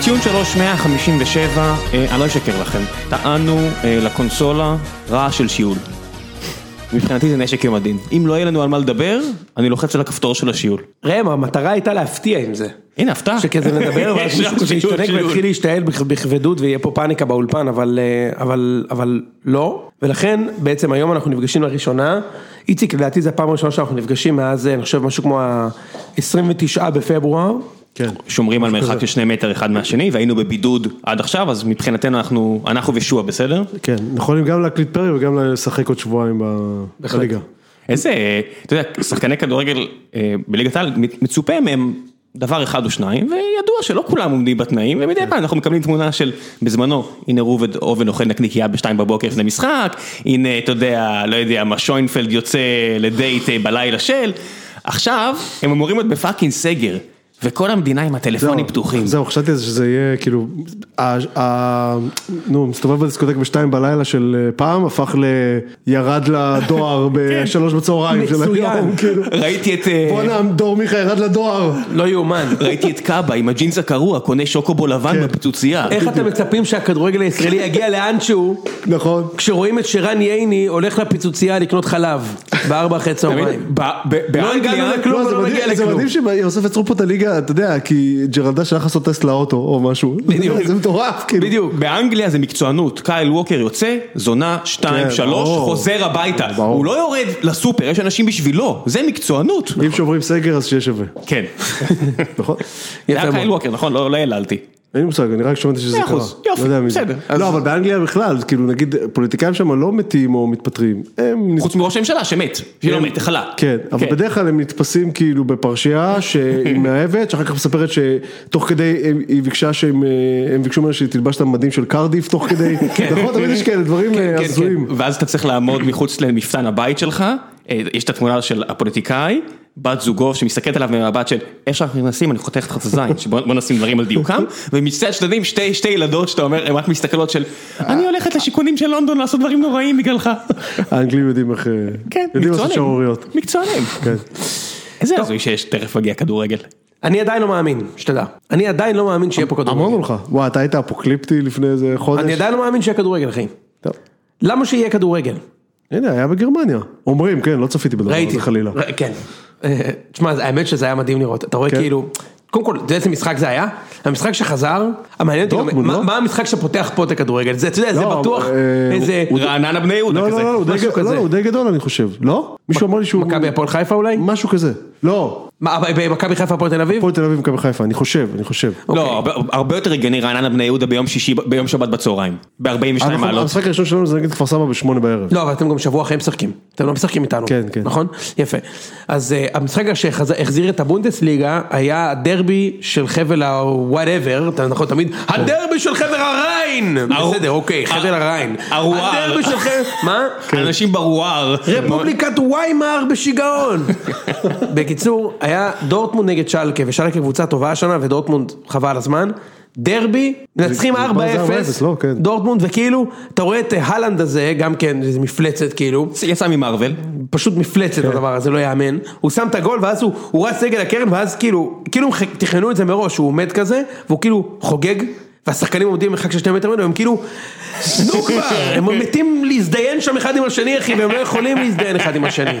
ציון 357, אני לא אשקר לכם, טענו לקונסולה רעש של שיעול. מבחינתי זה נשק יומדין. אם לא יהיה לנו על מה לדבר, אני לוחץ על הכפתור של השיעול. ראם, המטרה הייתה להפתיע עם זה. הנה, הפתעה. שכזה נדבר, ואז מישהו כזה ישתנק והתחיל להשתעל בכבדות, ויהיה פה פאניקה באולפן, אבל לא. ולכן, בעצם היום אנחנו נפגשים לראשונה. איציק, לדעתי זה הפעם הראשונה שאנחנו נפגשים מאז, אני חושב, משהו כמו ה-29 בפברואר. כן. שומרים על מרחק של 2 מטר אחד מהשני, והיינו בבידוד עד עכשיו, אז מבחינתנו אנחנו ושוע, בסדר? כן, יכולים גם להקליט פרי וגם לשחק עוד שבועיים בליגה. איזה, אתה יודע, שחקני כדורגל בליגת העל, מצופה מהם דבר אחד או שניים, וידוע שלא כולם עומדים בתנאים, ומדי פעם אנחנו מקבלים תמונה של, בזמנו, הנה רובד אובן אוכל נקניקייה ב2 בבוקר לפני משחק, הנה, אתה יודע, לא יודע, מה שוינפלד יוצא לדייט בלילה של, עכשיו, הם אמורים להיות בפאקינג סגר, וכל המדינה עם הטלפונים פתוחים. זהו, חשבתי על זה שזה יהיה כאילו, מסתובב בדיסקוטק ב2 בלילה של פעם, הפך לירד לדואר ב3 בצהריים. מצוין. ראיתי את... בואנה, דור מיכה ירד לדואר. לא יאומן. ראיתי את קאבה עם הג'ינס הקרוע, קונה שוקובו לבן בפיצוצייה. איך אתם מצפים שהכדורגל הישראלי יגיע לאנשהו? נכון. כשרואים את שרן ייני הולך לפיצוצייה לקנות חלב, ב4 צהריים. לא הגענו לכלום ולא נגיע לכלום. זה מדהים שיוסף יצרו פה את הליגה, אתה יודע, כי ג'רלדה שלח לעשות טסט לאוטו או משהו. זה מטורף, כאילו. בדיוק. באנגליה זה מקצוענות. קייל ווקר יוצא, זונה, 2, 3, חוזר הביתה. הוא לא יורד לסופר, יש אנשים בשבילו. זה מקצוענות. אם שוברים סגר, אז שיהיה שווה. כן. נכון? זה היה קייל ווקר, נכון? לא העללתי. אין לי מושג, אני רק שומעתי שזה קרה. יופי, בסדר. לא, אבל באנגליה בכלל, כאילו נגיד, פוליטיקאים שם לא מתים או מתפטרים. חוץ מראש הממשלה שמת, שלא מת, חלה. כן, אבל בדרך כלל הם נתפסים כאילו בפרשייה שהיא מאהבת, שאחר כך מספרת שתוך כדי היא ביקשה שהם ביקשו ממנה שתלבש את המדים של קרדיף תוך כדי, נכון, תמיד יש כאלה דברים הזויים. ואז אתה צריך לעמוד מחוץ למפתן הבית שלך, יש את התמונה של הפוליטיקאי, בת זוגו שמסתכלת עליו מהבת של איך שאנחנו נכנסים, אני חותכת לך את הזין, בוא נשים דברים על דיוקם, ומצד צדדים שתי ילדות שאתה אומר, הן רק מסתכלות של, אני הולכת לשיכונים של לונדון לעשות דברים נוראים בגללך. האנגלים יודעים איך, יודעים לעשות שערוריות. מקצוענים. איזה הזוי שיש תכף מגיע כדורגל. אני עדיין לא מאמין, שתדע. אני עדיין לא מאמין שיהיה פה כדורגל. אמרנו לך, וואי, אתה היית אפוקליפטי לפני איזה חודש. אני עדיין לא מאמין שיהיה כדורגל, אחי. טוב. למה שיהיה כדורגל? הנה, היה בגרמניה. אומרים, כן, לא צפיתי בדבר הזה חלילה. כן. תשמע, האמת שזה היה מדהים לראות. אתה רואה כאילו, קודם כל, איזה משחק זה היה? המשחק שחזר, המעניין אותי, מה המשחק שפותח פה את הכדורגל? אתה יודע, זה בטוח איזה... רעננה בני יהודה כזה. לא, הוא די גדול אני חושב. לא? מישהו אמר לי שהוא... מכבי הפועל חיפה אולי? משהו כזה. לא. במכבי חיפה הפועל תל אביב? הפועל תל אביב מכבי חיפה, אני חושב. לא, הרבה יותר הגיוני רעננה בני יהודה ביום שבת בצהריים. ב-42 מעלות. המשחק הראשון שלנו זה נגיד כפר סבא ב8 בערב. לא, אבל אתם גם שבוע אחרי משחקים. אתם לא משחקים איתנו. כן. נכון? יפה. אז המשחק שהחזיר את הבונדסליגה היה הדרבי של חבל ה-whatever, אתה נכון תמיד, הדרבי של חבר הריין. בסדר, אוקיי, חבל הריין. הדרבי של חבר... מה? אנשים ברואר. רפובליקת ויימאר בשיגעון. בקיצור, היה דורטמונד נגד שלקה, ושלקה קבוצה טובה השנה, ודורטמונד חבל על הזמן. דרבי, מנצחים 4-0, דורטמונד, וכאילו, אתה רואה את הלנד הזה, גם כן, זה מפלצת כאילו. יצא ממרוול. פשוט מפלצת הדבר הזה, לא יאמן. הוא שם את הגול, ואז הוא רץ נגד הקרן, ואז כאילו תכננו את זה מראש, הוא עומד כזה, והוא כאילו חוגג, והשחקנים עומדים מרחק של 2 מטר ממנו, הם כאילו, נו כבר, הם מתים להזדיין שם אחד עם השני, אחי, והם לא יכולים להזדיין אחד עם השני.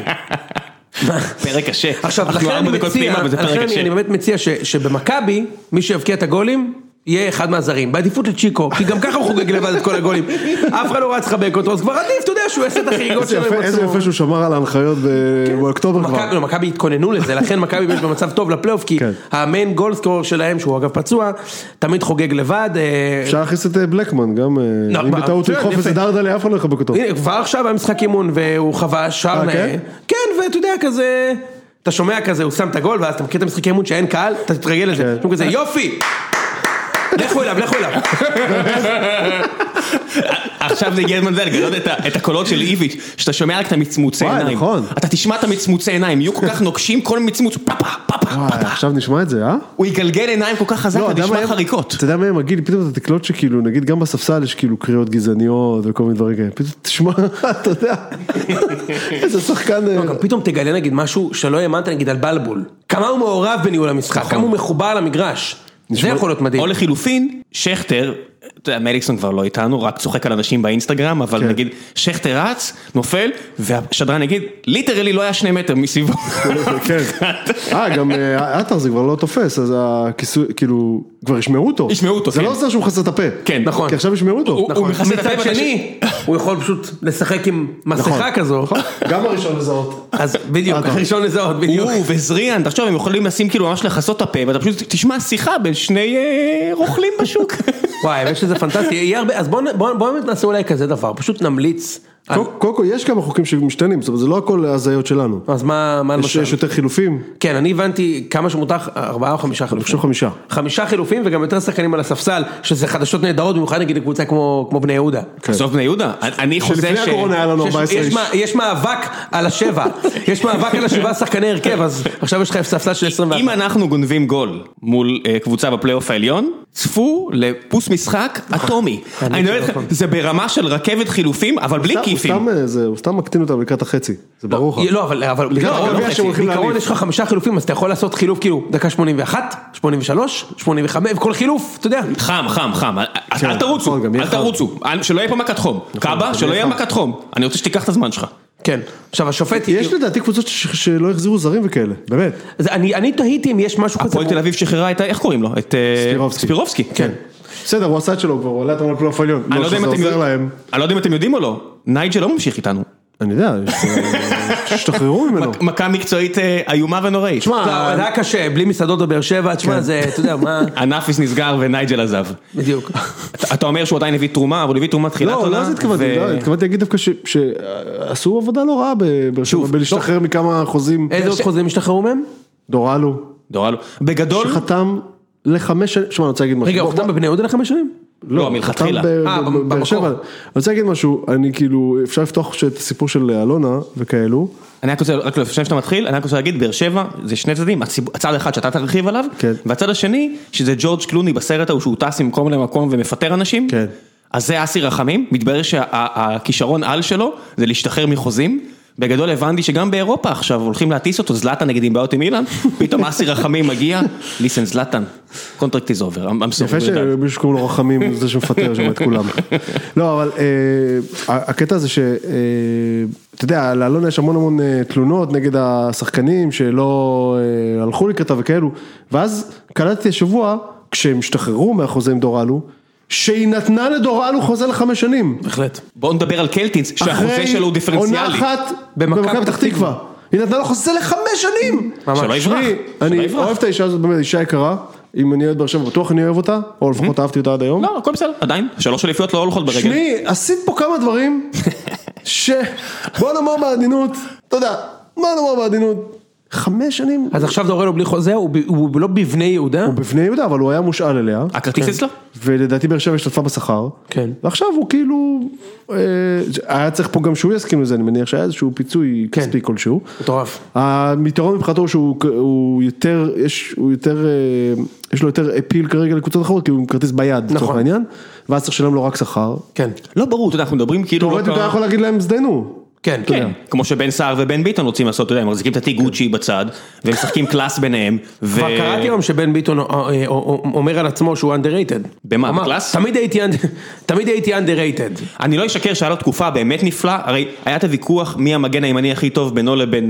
פרק קשה. עכשיו, לכן אני באמת מציע שבמכבי, מי שיבקיע את הגולים, יהיה אחד מהזרים, בעדיפות לצ'יקו, כי גם ככה הוא חוגג לבד את כל הגולים, אף אחד לא רץ לחבק אותו, אז כבר עדיף, אתה יודע, שהוא יעשה את החגיגות שלו. איזה יפה שהוא שמר על ההנחיות באוקטובר כבר. מכבי התכוננו לזה, לכן מכבי יש במצב טוב לפלייאוף, כי המיין גול סקורר שלהם, שהוא אגב פצוע, תמיד חוגג לבד. אפשר להכניס את בלקמן, גם אם בטעות הוא יחוף איזה דרדלה, אף אחד לא יחבק אותו. כבר עכשיו המשחק אימון, והוא חבש שער נאה. כן, ואתה יודע, כזה, אתה שומע כזה, הוא שם את הגול, ואז אתה מכיר את המשחק אימון שאין קהל, אתה תתרגל לזה. כזה, יופי! לכו אליו. עכשיו זה הגיע הזמן לגלות את הקולות של איביץ', שאתה שומע רק את המצמוצי עיניים. אתה תשמע את המצמוצי עיניים, יהיו כל כך נוקשים, כל מצמוץ, פאפה. עכשיו נשמע את זה, הוא יגלגל עיניים כל כך חזק, אתה נשמע חריקות. אתה יודע מה הם מגיעים, פתאום אתה תקלוט שכאילו, נגיד גם בספסל יש כאילו קריאות גזעניות וכל מיני דברים כאלה, פתאום תשמע, אתה יודע, איזה שחקן... פתאום תגלה נגיד משהו שלא האמנת נגיד על בלבול, כמה הוא מעורב בניהול המשחק, כמה הוא מחובר למגרש. זה יכול להיות מדהים. או לחילופין, שכטר, אתה יודע, מליקסון כבר לא איתנו, רק צוחק על אנשים באינסטגרם, אבל נגיד, שכטר רץ, נופל, והשדרן נגיד, ליטרלי לא היה 2 מטר מסביבו. כן. גם עטר זה כבר לא תופס, אז הכיסוי, כאילו, כבר ישמעו אותו. ישמעו אותו, זה כן. לא עושה שהוא מכסה את הפה. כן, נכון. כי עכשיו ישמעו אותו. הוא מכסה את הפה מצד שני, הוא יכול פשוט לשחק עם מסכה כזו. גם הראשון לזהות. אז בדיוק, הראשון לזהות, בדיוק. הוא וזריאן, תחשוב, הם יכולים לשים כאילו ממש לחסות את הפה, ואתה פשוט תשמע שיחה בין 2 רוכלים בשוק. וואי, יש שזה פנטסטי, יהיה הרבה, אז בואו נעשה אולי כזה דבר, פשוט נמליץ. קודם כל, יש כמה חוקים שמשתנים, זאת אומרת, זה לא הכל הזיות שלנו. אז מה למשל? יש יותר חילופים. כן, אני הבנתי כמה שמותח, 4 או 5 חילופים. אני חושב 5. 5 חילופים וגם יותר שחקנים על הספסל, שזה חדשות נהדרות, במיוחד נגיד קבוצה כמו בני יהודה. בסוף בני יהודה, אני חוזה שלפני הקורונה היה לנו 14 איש. יש מאבק על 7, יש מאבק על 7 שחקני הרכב, אז עכשיו יש לך ספסל של 21. אם אנחנו גונבים גול מול קבוצה בפלייאוף העליון, צפו לפוס משחק אטומי. אני אומר, זה ברמה של רכבת חילופים, אבל בלי כיפים. הוא סתם מקטין אותם לקראת החצי, זה ברור לך. לא, אבל בעיקרון יש לך 5 חילופים, אז אתה יכול לעשות חילוף כאילו דקה 81, 83, 85, וכל חילוף, אתה יודע. חם, אל תרוצו, שלא יהיה פה מכת חום. קאבה, שלא יהיה מכת חום. אני רוצה שתיקח את הזמן שלך. כן, עכשיו השופט... יש לדעתי קבוצות שלא החזירו זרים וכאלה, באמת. אני תהיתי אם יש משהו כזה... הפועל תל אביב שחררה את, איך קוראים לו? את ספירובסקי. כן. בסדר, הוא עשה את שלו כבר, הוא עלה אותם לפלייאוף העליון. אני לא יודע אם אתם יודעים או לא, נייג'ל לא ממשיך איתנו. אני יודע, שתשתחררו ממנו. מכה מקצועית איומה ונוראית. תשמע, זה היה קשה, בלי מסעדות בבאר שבע, תשמע, זה, אתה יודע, מה... הנאפיס נסגר ונייג'ל עזב. בדיוק. אתה אומר שהוא עדיין הביא תרומה, אבל הוא הביא תרומה תחילת עונה. לא, זה התכוונתי להגיד דווקא שעשו עבודה לא רעה בבאר שבע, בלהשתחרר מכמה חוזים. איזה עוד חוזים השתחררו מהם? דורלו. בגדול... שחתם ל5 שנים, שמע, אני רוצה להגיד משהו. רגע, הוא חתם בבני יהודה ל5 שנים? לא, מלכתחילה. באר שבע. אני רוצה להגיד משהו, אני כאילו, אפשר לפתוח את הסיפור של אלונה וכאלו. אני רק לפני שאתה מתחיל, אני רק רוצה להגיד, באר שבע זה 2 צדדים, הצד אחד שאתה תרחיב עליו, והצד השני, שזה ג'ורג' קלוני בסרט ההוא שהוא טס ממקום למקום ומפטר אנשים, אז זה אסי רחמים, מתברר שהכישרון על שלו זה להשתחרר מחוזים, בגדול הבנתי שגם באירופה עכשיו הולכים להטיס אותו, זלטן נגיד עם בעיות עם אילן, פתאום אסי רחמים מגיע, ליסן זלטן, קונטרקט is over, יפה שמישהו שקוראים לו רחמים, זה שמפטר שם את כולם. לא, אבל הקטע הזה אתה יודע, לאלונה יש המון תלונות נגד השחקנים שלא הלכו לקראתה וכאלו, ואז קלטתי השבוע, כשהם השתחררו מהחוזה עם דורלו, שהיא נתנה לדורלו חוזה ל5 שנים. בהחלט. בואו נדבר על קלטינס, שהחוזה שלו הוא דיפרנציאלי. אחרי עונה אחת במכבי פתח תקווה. היא נתנה לו חוזה ל5 שנים. שלא יברח. אני אוהב את האישה הזאת, באמת אישה יקרה. אם אני אוהב באר שבע, בטוח אני אוהב אותה, או לפחות אהבתי אותה עד היום. לא, הכל בסדר, עדיין. 3 אליפויות לא הולכות ברגל. שמי, עשית פה כמה דברים, בוא נאמר בעדינות, אתה יודע, בוא נאמר בעדינות, 5 שנים. אז עכשיו דורלו בלי חוזה, הוא לא בבני יהודה? הוא בבני יהודה, אבל הוא היה מושאל אליה. הכרטיס אצלו? ולדעתי באר שבע השתתפה בשכר. כן. ועכשיו הוא כאילו, היה צריך פה גם שהוא יסכים לזה, אני מניח שהיה איזשהו פיצוי כספי כלשהו. מטורף. המתרון מבחינתו שהוא יותר, יש לו יותר אפיל כרגע לקבוצות אחרות, כי הוא עם כרטיס ביד, לצורך העניין, ואז צריך לשלם לו רק שכר. כן. לא ברור, אתה יודע, אנחנו מדברים כאילו... תאורטית אתה יכול להגיד להם, זדיינו. כן, כן, כמו שבן סער ובן ביטון רוצים לעשות, אתה יודע, הם מחזיקים את התיק גוצ'י בצד, והם משחקים קלאס ביניהם, כבר קראתי היום שבן ביטון אומר על עצמו שהוא underrated. במה, בקלאס? תמיד הייתי underrated. אני לא אשקר שהיה לו תקופה באמת נפלא, הרי היה את הוויכוח מי המגן הימני הכי טוב בינו לבין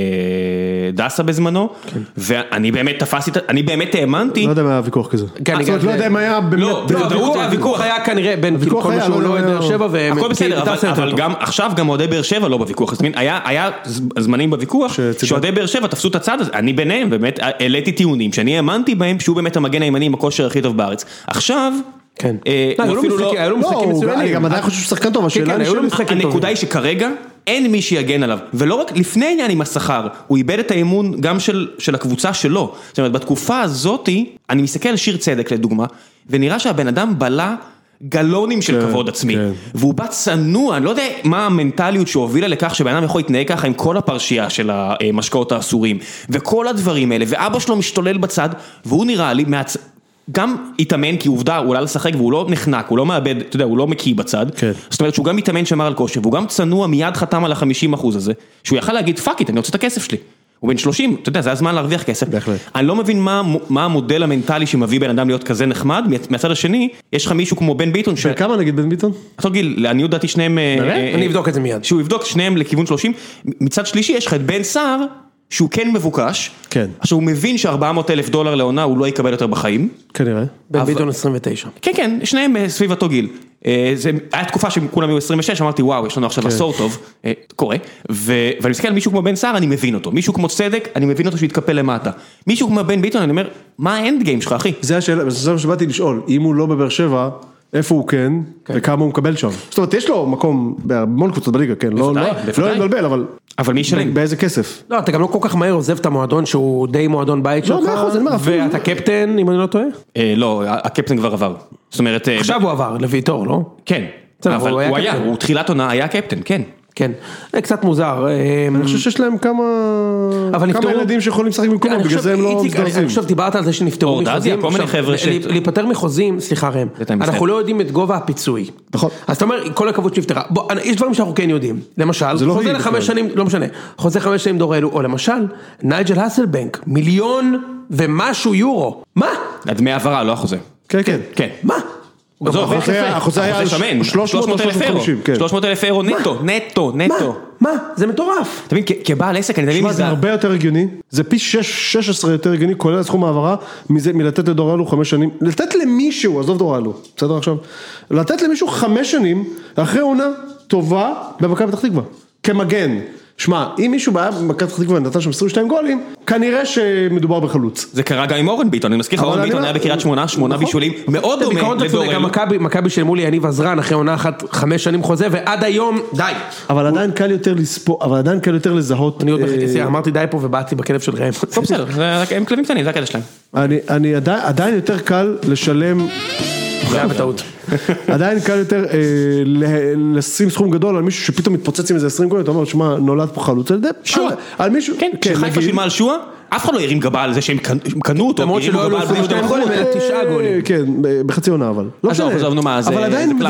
דסה בזמנו, ואני באמת תפסתי, אני באמת האמנתי. לא יודע מה היה ויכוח כזה. לא יודע מה היה באמת. הוויכוח היה כנראה בין כל מה שהוא לא אוהד באר שבע, הכל בסדר, אבל גם עכשיו גם אוהדי באר שבע לא בוויכוח, היה זמנים בוויכוח שאוהדי באר שבע תפסו את הצד הזה, אני ביניהם באמת העליתי טיעונים שאני האמנתי בהם שהוא באמת המגן הימני עם הכושר הכי טוב בארץ. עכשיו כן. היו לו משחקים מצוינים. אני גם עדיין חושב שהוא שחקן טוב, הנקודה היא שכרגע אין מי שיגן עליו, ולא רק לפני העניין עם השכר, הוא איבד את האמון גם של הקבוצה שלו. זאת אומרת, בתקופה הזאת, אני מסתכל על שיר צדק לדוגמה, ונראה שהבן אדם בלה גלונים של כבוד עצמי, והוא בא צנוע, אני לא יודע מה המנטליות שהובילה לכך שבן אדם יכול להתנהג ככה עם כל הפרשייה של המשקאות האסורים, וכל הדברים האלה, ואבא שלו משתולל בצד, והוא נראה לי גם התאמן, כי עובדה, הוא עולה לשחק והוא לא נחנק, הוא לא מאבד, אתה יודע, הוא לא מקיא בצד, זאת אומרת שהוא גם מתאמן שמר על כושר, והוא גם צנוע מיד חתם על 50% הזה, שהוא יכל להגיד פאק איט, אני רוצה את הכסף שלי. הוא בן 30, אתה יודע, זה הזמן להרוויח כסף. בהחלט. אני לא מבין מה המודל המנטלי שמביא בן אדם להיות כזה נחמד, מהצד השני, יש לך מישהו כמו בן ביטון, כמה נגיד בן ביטון? אתה גיל, לעניות דעתי שניהם, אני אבדוק את זה מיד. שהוא יבדוק שניהם לכיוון 30, מצד שלישי יש לך את בן סער, שהוא כן מבוקש, כן. עכשיו הוא מבין ש$400,000 לעונה הוא לא יקבל יותר בחיים. כנראה. בן ביטון 29. כן, כן, שניהם סביב אותו גיל. זה היה תקופה שכולם היו 26, אמרתי וואו, יש לנו עכשיו עשור טוב, קורה, ואני מסתכל על מישהו כמו בן סער, אני מבין אותו, מישהו כמו צדק, אני מבין אותו שהוא יתקפל למטה, מישהו כמו בן ביטון, אני אומר, מה האנד גיים שלך, אחי? זה השאלה, זה שבאתי לשאול, אם הוא לא בבאר שבע, איפה הוא כן, וכמה הוא מקבל שם. זאת אומרת, יש לו מקום בהמון קבוצות בליגה, כן, לא נתבלבל, אבל מי ישלם? באיזה כסף? לא, אתה גם לא כל כך מהר עוזב את המועדון שהוא די מועדון בית שלך, ואתה קפטן, אם אני לא טועה? לא, הקפטן כבר עבר. זאת אומרת... עכשיו הוא עבר, לויטור, לא? כן, אבל הוא היה, הוא תחילת עונה, היה קפטן, כן. כן, קצת מוזר. אני חושב שיש להם כמה ילדים שיכולים לשחק במקומו, בגלל זה הם לא מזדרזים. אני חושב, דיברת על זה שנפטרו מחוזים, להיפטר מחוזים, סליחה ראם, אנחנו לא יודעים את גובה הפיצוי. נכון. אז אתה אומר, כל הכבוד שנפטרה, יש דברים שאנחנו כן יודעים, למשל, חוזה ל5 שנים, לא משנה, חוזה 5 שנים דורלו, או למשל, נייג'ל הסלבנק, 1,000,000 ומשהו יורו, מה? דמי העברה, לא החוזה. כן, כן. כן. מה? החוזה היה 300,000 אירו נטו. מה? זה מטורף. אתה מבין, כבעל עסק, אני תמיד זה הרבה יותר הגיוני, זה פי 16 יותר הגיוני, כולל סכום העברה, מלתת לדורלו 5 שנים, לתת למישהו, עזוב דורלו, בסדר עכשיו, לתת למישהו 5 שנים, אחרי עונה טובה, במכבי פתח תקווה, כמגן. שמע, אם מישהו בא במכבי פתח תקווה ונתן שם 22 גולים, כנראה שמדובר בחלוץ. זה קרה גם עם אורן ביטון, אני מזכיר לך, אורן ביטון היה בקריית 8 בישולים, מאוד דומה לדורלו. מכבי שילמו לי יניב עזרן אחרי עונה אחת 5 שנים חוזה, ועד היום די. אבל עדיין קל יותר לספור, אבל עדיין קל יותר לזהות. אני עוד בחצי, אמרתי די פה ובאתי בכלב של ראם. בסדר, הם כלבים קטנים, זה הקטע שלהם. אני עדיין יותר קל לשלם זה היה בטעות. עדיין קל יותר לשים סכום גדול על מישהו שפתאום מתפוצץ עם איזה 20 גולים, אתה אומר, שמה, נולד פה חלוץ, על מישהו, כן, שחיפה שילמה על שועה, אף אחד לא ירים גבה על זה שהם קנו אותו, למרות שלא היו לו 22 גולים, אלא 9 גולים. כן, בחצי עונה אבל. עזוב, מה זה, אבל עדיין,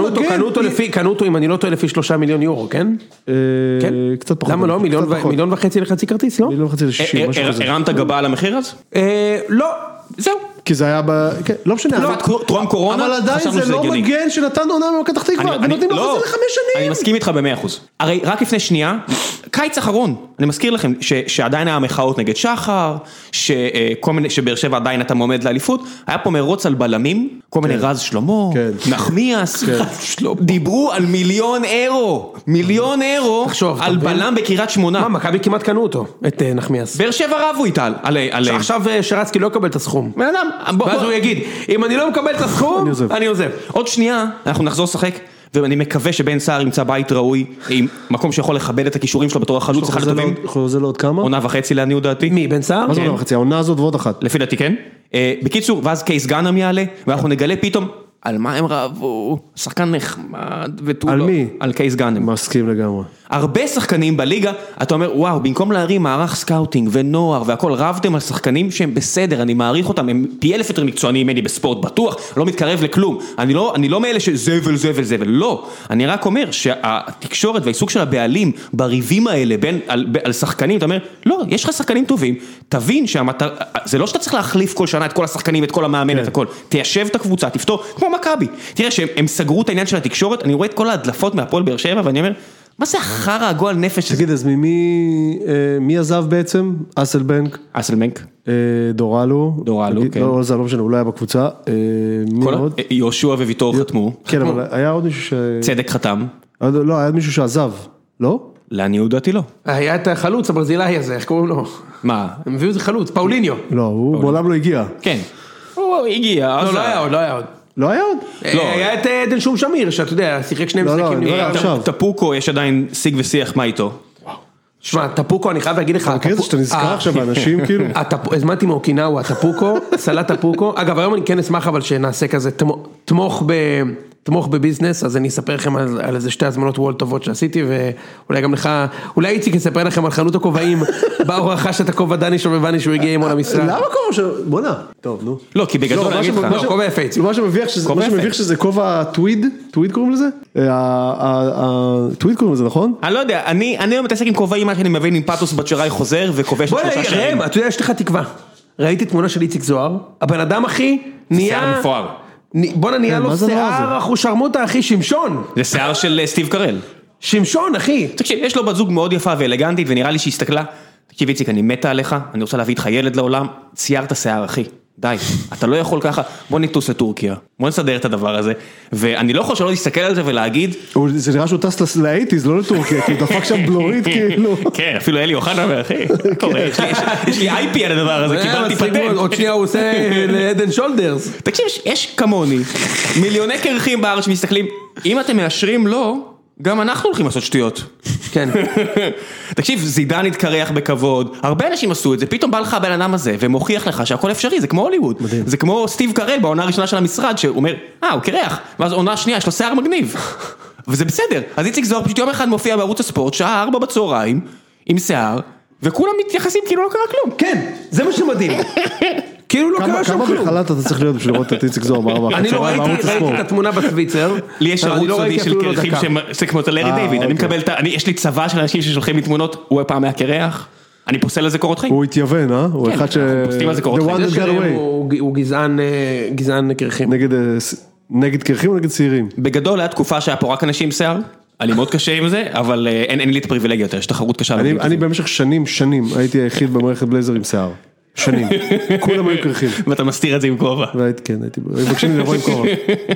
קנו אותו, אם אני לא טועה, לפי 3 מיליון יורו, כן? כן. קצת פחות. למה לא? 1.5 מיליון לחצי כרטיס, לא? 1.5 ל-60. הרמת גבה על המחיר אז? לא. זהו. כי זה היה כן, לא משנה. טרום קורונה, אבל עדיין זה לא מגן שנתן עונה ממכבי פתח תקווה, ונותנים לו חוזה ל5 שנים. אני מסכים איתך ב100%. הרי רק לפני שנייה, קיץ אחרון, אני מזכיר לכם שעדיין היה מחאות נגד שחר, שבאר שבע עדיין אתה מועמד לאליפות, היה פה מרוץ על בלמים, כל מיני רז שלמה, נחמיאס, דיברו על 1,000,000 אירו, 1,000,000 אירו, על בלם בקריית 8. מה, מכבי כמעט קנו אותו, את נחמיאס. באר שבע רבו איתה עליהם. עכשיו שרצקי לא יקבל את הסכום. בן אדם, ואז הוא יגיד, אם אני לא מקבל את הסכום, אני עוזב. עוד שנייה, אנחנו נחזור לשחק, ואני מקווה שבן סער ימצא בית ראוי, עם מקום שיכול לכבד את הכישורים שלו בתור החלוץ אחד הטובים. חוזה לו עוד כמה? עונה וחצי לעניות דעתי. מי, בן סער? מה זה עונה וחצי? העונה הזאת ועוד אחת. לפי דעתי כן. בקיצור, ואז קייס גאנם יעלה, ואנחנו נגלה פתאום, על מה הם רבו, שחקן נחמד ותו על לא. מי? על קייס גאנם. מסכים לגמרי. הרבה שחקנים בליגה, אתה אומר, וואו, במקום להרים מערך סקאוטינג ונוער והכל, רבתם על שחקנים שהם בסדר, אני מעריך אותם, הם פי 1,000 יותר מקצוענים ממני בספורט, בטוח, לא מתקרב לכלום. אני לא מאלה שזבל, לא. אני רק אומר שהתקשורת והעיסוק של הבעלים בריבים האלה על שחקנים, אתה אומר, לא, יש לך שחקנים טובים, תבין זה לא שאתה צריך להחליף כל שנה את כל השחקנים, את כל המאמן, את הכל. תיישב את הקבוצה, תפתור, כמו מכבי. תראה שהם סגרו את העניין של התקשורת, אני רואה את כל ההדלפות מהפועל באר שבע, ואני אומר, מה זה החרא הגועל נפש? תגיד, אז מי עזב בעצם? אסלבנק. דורלו, כן. לא משנה, הוא לא היה בקבוצה. מי עוד? יהושע וויטור חתמו. כן, אבל היה עוד מישהו צדק חתם. לא, היה מישהו שעזב, לא? לעניות דעתי לא. היה את החלוץ הברזילאי הזה, איך קוראים לו? מה? הם הביאו איזה חלוץ, פאוליניו. לא, הוא מעולם לא הגיע. כן. הוא הגיע. לא היה עוד. לא היה עוד? היה את עדן שום שמיר, שאתה יודע, שיחק 2 משחקים. טפוקו, יש עדיין שיג ושיח מה איתו. שמע, טפוקו, אני חייב להגיד לך, אוקיי, זה שאתה נזכר עכשיו באנשים כאילו. הזמנתי מאוקינאווה, טפוקו, סלט טפוקו, אגב היום אני כן אשמח אבל שנעשה כזה, תמוך תמוך בביזנס, אז אני אספר לכם על איזה 2 הזמנות וול טובות שעשיתי, ואולי גם לך, אולי איציק יספר לכם על חנות הכובעים, בה הוא רכש את הכובע דני שובבני שהוא הגיע עמו למשרד. למה כובע של... בוא נע. טוב, נו. לא, כי בגדול אני אגיד לך. כובע יפה איציק. מה שמביך שזה כובע טוויד, טוויד קוראים לזה? טוויד קוראים לזה, נכון? אני לא יודע, אני מתעסק עם כובעים, מה שאני מבין עם פטוס בצ'ראי חוזר, וכובש בוא נראה, אתה יודע, יש לך תקווה. ראיתי תמונה של איציק זוהר, הבן אדם אחי, נהיה... שיער מפואר. בוא נהיה לו שיער אחושרמוטה אחי, שמשון. זה שיער של סטיב קרל. שמשון אחי. תקשיב, יש לו בת זוג מאוד יפה ואלגנטית, ונראה לי שהיא הסתכלה, תקשיב איציק, אני מתה עליך, אני רוצה להביא איתך ילד לעולם, ציירת שיער אחי. די, אתה לא יכול ככה, בוא נטוס לטורקיה, בוא נסדר את הדבר הזה, ואני לא יכול שלא להסתכל על זה ולהגיד... זה נראה שהוא טס לאיטיז, לא לטורקיה, כי הוא דפק שם בלורית כאילו. כן, אפילו אלי אוחנה, אחי, יש לי IP על הדבר הזה, קיבלתי פטנט. עוד שנייה הוא עושה להדן שולדרס. תקשיב, יש כמוני, מיליוני קרחים בארץ שמסתכלים, אם אתם מאשרים לא, גם אנחנו הולכים לעשות שטויות. כן. תקשיב, זידן התקרח בכבוד, הרבה אנשים עשו את זה, פתאום בא לך הבן אדם הזה, ומוכיח לך שהכל אפשרי, זה כמו הוליווד. זה כמו סטיב קרל בעונה הראשונה של המשרד, שהוא אומר, הוא קרח, ואז עונה שנייה, יש לו שיער מגניב. וזה בסדר. אז איציק זוהר פשוט יום אחד מופיע בערוץ הספורט, שעה 4 בצהריים, עם שיער, וכולם מתייחסים כאילו לא קרה כלום. כן, זה מה שמדהים. כאילו לא קרה שם כלום. כמה בחלט אתה צריך להיות בשביל לראות את איציק זוהר ברמה? אני לא ראיתי את התמונה בטוויצר. לי יש ערוץ סודי של קרחים שזה כמו לארי דיוויד, אני מקבל, יש לי צבא של אנשים ששולחים לי תמונות, הוא פעם היה קרח, אני פוסל לזה קורות חיים. הוא התייוון, הוא אחד ש... פוסטים על זה קורות חיים. הוא גזען קרחים. נגד קרחים או נגד צעירים? בגדול היה תקופה שהיה פה רק אנשים עם שיער, אני מאוד קשה עם זה, אבל אין לי את הפריבילגיה יותר, יש תחרות קשה. אני במשך שנים הייתי היחיד במערכת בלייזר עם שיער. שנים, כולם היו קרחים. ואתה מסתיר את זה עם כובע. כן, הייתי מבקשים לי לבוא עם כובע.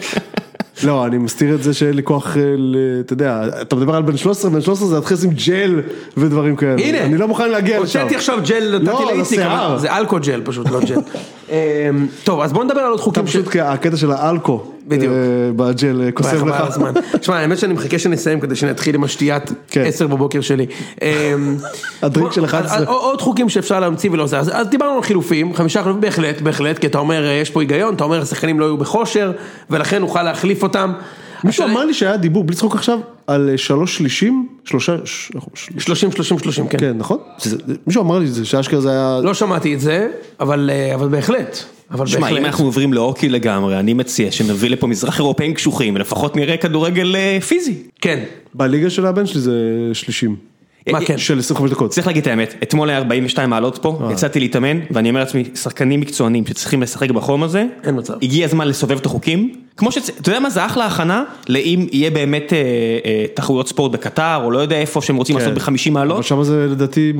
לא, אני מסתיר את זה שאין לי כוח, אתה יודע, אתה מדבר על בן 13, בן 13 זה להתחיל עם ג'ל ודברים כאלה. הנה, אני לא מוכן להגיע לשם. הוצאתי עכשיו ג'ל, נתתי לאיציק, זה אלכו ג'ל פשוט, לא ג'ל. טוב, אז בוא נדבר על עוד חוקים. אתה פשוט הקטע של האלכו. בדיוק. בג'ל קוסם לך. תשמע, האמת שאני מחכה שנסיים כדי שנתחיל עם השתיית 10 בבוקר שלי. הדריק של 11. עוד חוקים שאפשר להמציא ולא זה. אז דיברנו על חילופים, 5 חילופים, בהחלט, כי אתה אומר, יש פה היגיון, אתה אומר, השחקנים לא היו בכושר, ולכן נוכל להחליף אותם. מישהו אמר לי שהיה דיבור, בלי צחוק עכשיו, על 3 שלישים, 30, כן. כן, נכון? מישהו אמר לי שהאשכרה זה היה... לא שמעתי את זה, אבל בהחלט. שמע, אם אנחנו עוברים לאוקי לגמרי, אני מציע שנביא לפה מזרח אירופאים קשוחים, לפחות נראה כדורגל פיזי. כן. בליגה של הבן שלי זה שלישים. מה כן? של 25 דקות. צריך להגיד את האמת, אתמול היה 42 מעלות פה, יצאתי להתאמן, ואני אומר לעצמי, שחקנים מקצוענים שצריכים לשחק בחום הזה, אין מצב. הגיע הזמן לסובב את החוקים, כמו אתה יודע מה, זה אחלה הכנה, לאם יהיה באמת תחרויות ספורט בקטר, או לא יודע איפה שהם רוצים לעשות ב50 מעלות. אבל שם זה לדעתי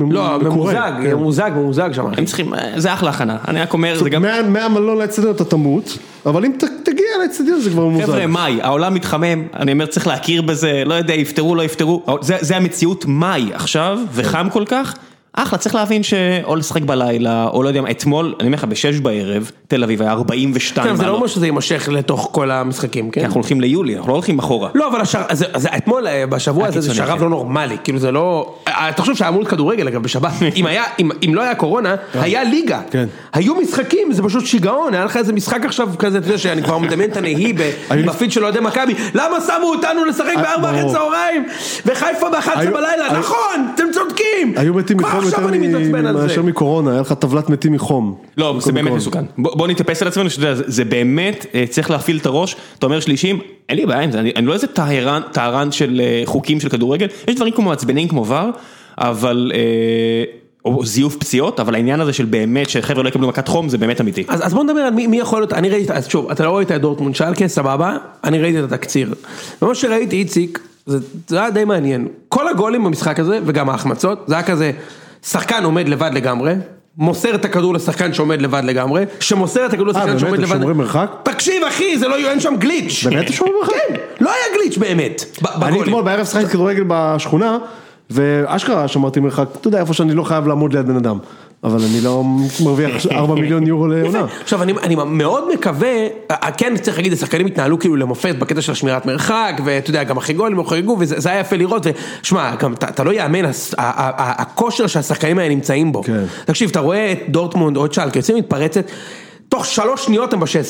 ממוזג שם. הם צריכים, זה אחלה הכנה, אני רק אומר, זה גם... מהמלון לאצטדיון אתה תמות, אבל אם תגיע לאצטדיון זה כבר ממוזג. חבר'ה, מאי, העולם מתחמם, אני אומר, צריך להכיר בזה, לא יודע, יפתרו, לא יפתרו, זה המציאות מאי עכשיו, וחם כל כך, אחלה, צריך להבין שאו לשחק בלילה, או לא יודע, אתמול, אני אומר לך, ב6 בערב, תל אביב היה 42 מעלות. זה לא אומר שזה יימשך לתוך כל המשחקים, כן? כי אנחנו הולכים ליולי, אנחנו לא הולכים אחורה. לא, אבל אתמול, בשבוע הזה, זה שרב לא נורמלי, כאילו זה לא... אתה חושב שהיה אמור כדורגל, אגב, בשבת. אם לא היה קורונה, היה ליגה. היו משחקים, זה פשוט שיגעון, היה לך איזה משחק עכשיו כזה, אתה יודע שאני כבר מדמיין את הנהי בפיד של אוהדי מכבי, למה שמו אותנו לשחק ב4 צהריים, וחיפה ב11 בלילה, נכון, אתם צודקים. היו מתים מחום יותר מאשר מקורונה, היה לך טבלת מתים מחום. לא, זה באמת מסוכן. בוא נתאפס על עצמנו, זה באמת, צריך להפעיל את הראש, אתה אומר שלישים, אין לי בעיה עם זה, אני לא איזה טהרן של חוקים של כדורגל, יש דברים כמו מעצבנים כמו ור, אבל, או זיוף פציעות, אבל העניין הזה של באמת, שחבר'ה לא יקבלו מכת חום, זה באמת אמיתי. אז בוא נדבר על מי יכול להיות, אני ראיתי, אז שוב, אתה לא ראית את דורטמונד שלקה, סבבה, אני ראיתי את התקציר. ומה שראיתי, איציק, זה היה די מעניין. כל הגולים במשחק הזה, וגם ההחמצות, זה היה כזה, שחקן עומד לבד לגמרי, מוסר את הכדור לשחקן שעומד לבד לגמרי, שמוסר את הכדור לשחקן שעומד לבד. שומרים מרחק? תקשיב אחי, זה לא, אין שם גליץ'. באמת שומרים מרחק? כן, לא היה גליץ' באמת. אני אתמול בערב שחקתי כדורגל בשכונה, ואשכרה שמרתי מרחק, אתה יודע איפה שאני לא חייב לעמוד ליד בן אדם. אבל אני לא מרוויח 4 מיליון יורו לעונה. עכשיו, אני מאוד מקווה, כן, צריך להגיד, השחקנים התנהלו כאילו למופת בקטע של שמירת מרחק, ואתה יודע, גם אחרי גולים חגגו, וזה היה יפה לראות, ושמע, אתה לא יאמן, הכושר שהשחקנים האלה נמצאים בו. תקשיב, אתה רואה את דורטמונד או את שלקה, יוצאים מתפרצת, תוך 3 שניות הם ב-16.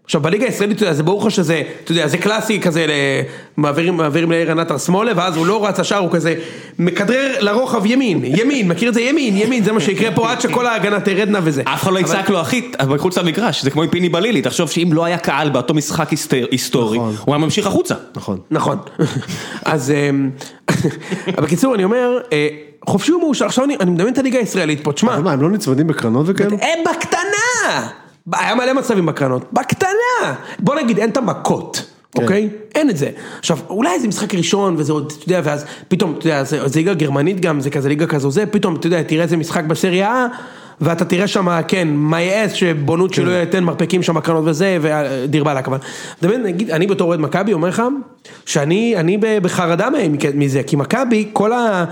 עכשיו בליגה הישראלית, זה ברור שזה, אתה יודע, זה קלאסי כזה, מעבירים לערן עטר שמאלה, ואז הוא לא רץ השאר, הוא כזה, מקדרר לרוחב ימין, מכיר את זה ימין, זה מה שיקרה פה עד שכל ההגנה תרדנה וזה. אף אחד לא יצעק לו אחי, אבל בחוץ למגרש, זה כמו עם פיני בלילי, תחשוב שאם לא היה קהל באותו משחק היסטורי, הוא היה ממשיך החוצה. נכון. אז, בקיצור אני אומר, חופשי ומאושר, עכשיו אני מדמיין את הליגה הישראלית פה, תשמע. אבל מה, הם לא נצמדים בקרנות וכאלו? הם בקטנה! היה מלא מצבים בקרנות, בקטנה! בוא נגיד, אין את המכות, אוקיי? אין את זה. עכשיו, אולי זה משחק ראשון, וזה עוד, אתה יודע, ואז פתאום, אתה יודע, זה ליגה גרמנית גם, זה כזה ליגה כזו, זה פתאום, אתה יודע, תראה איזה משחק בסריה, ואתה תראה שם, כן, מייאס, שבונות שלא ייתן מרפקים שם בקרנות וזה, ודיר בעלק, אבל, נגיד, אני בתור אוהד מכבי אומר לך, שאני בחרדה מזה, כי מכבי, כל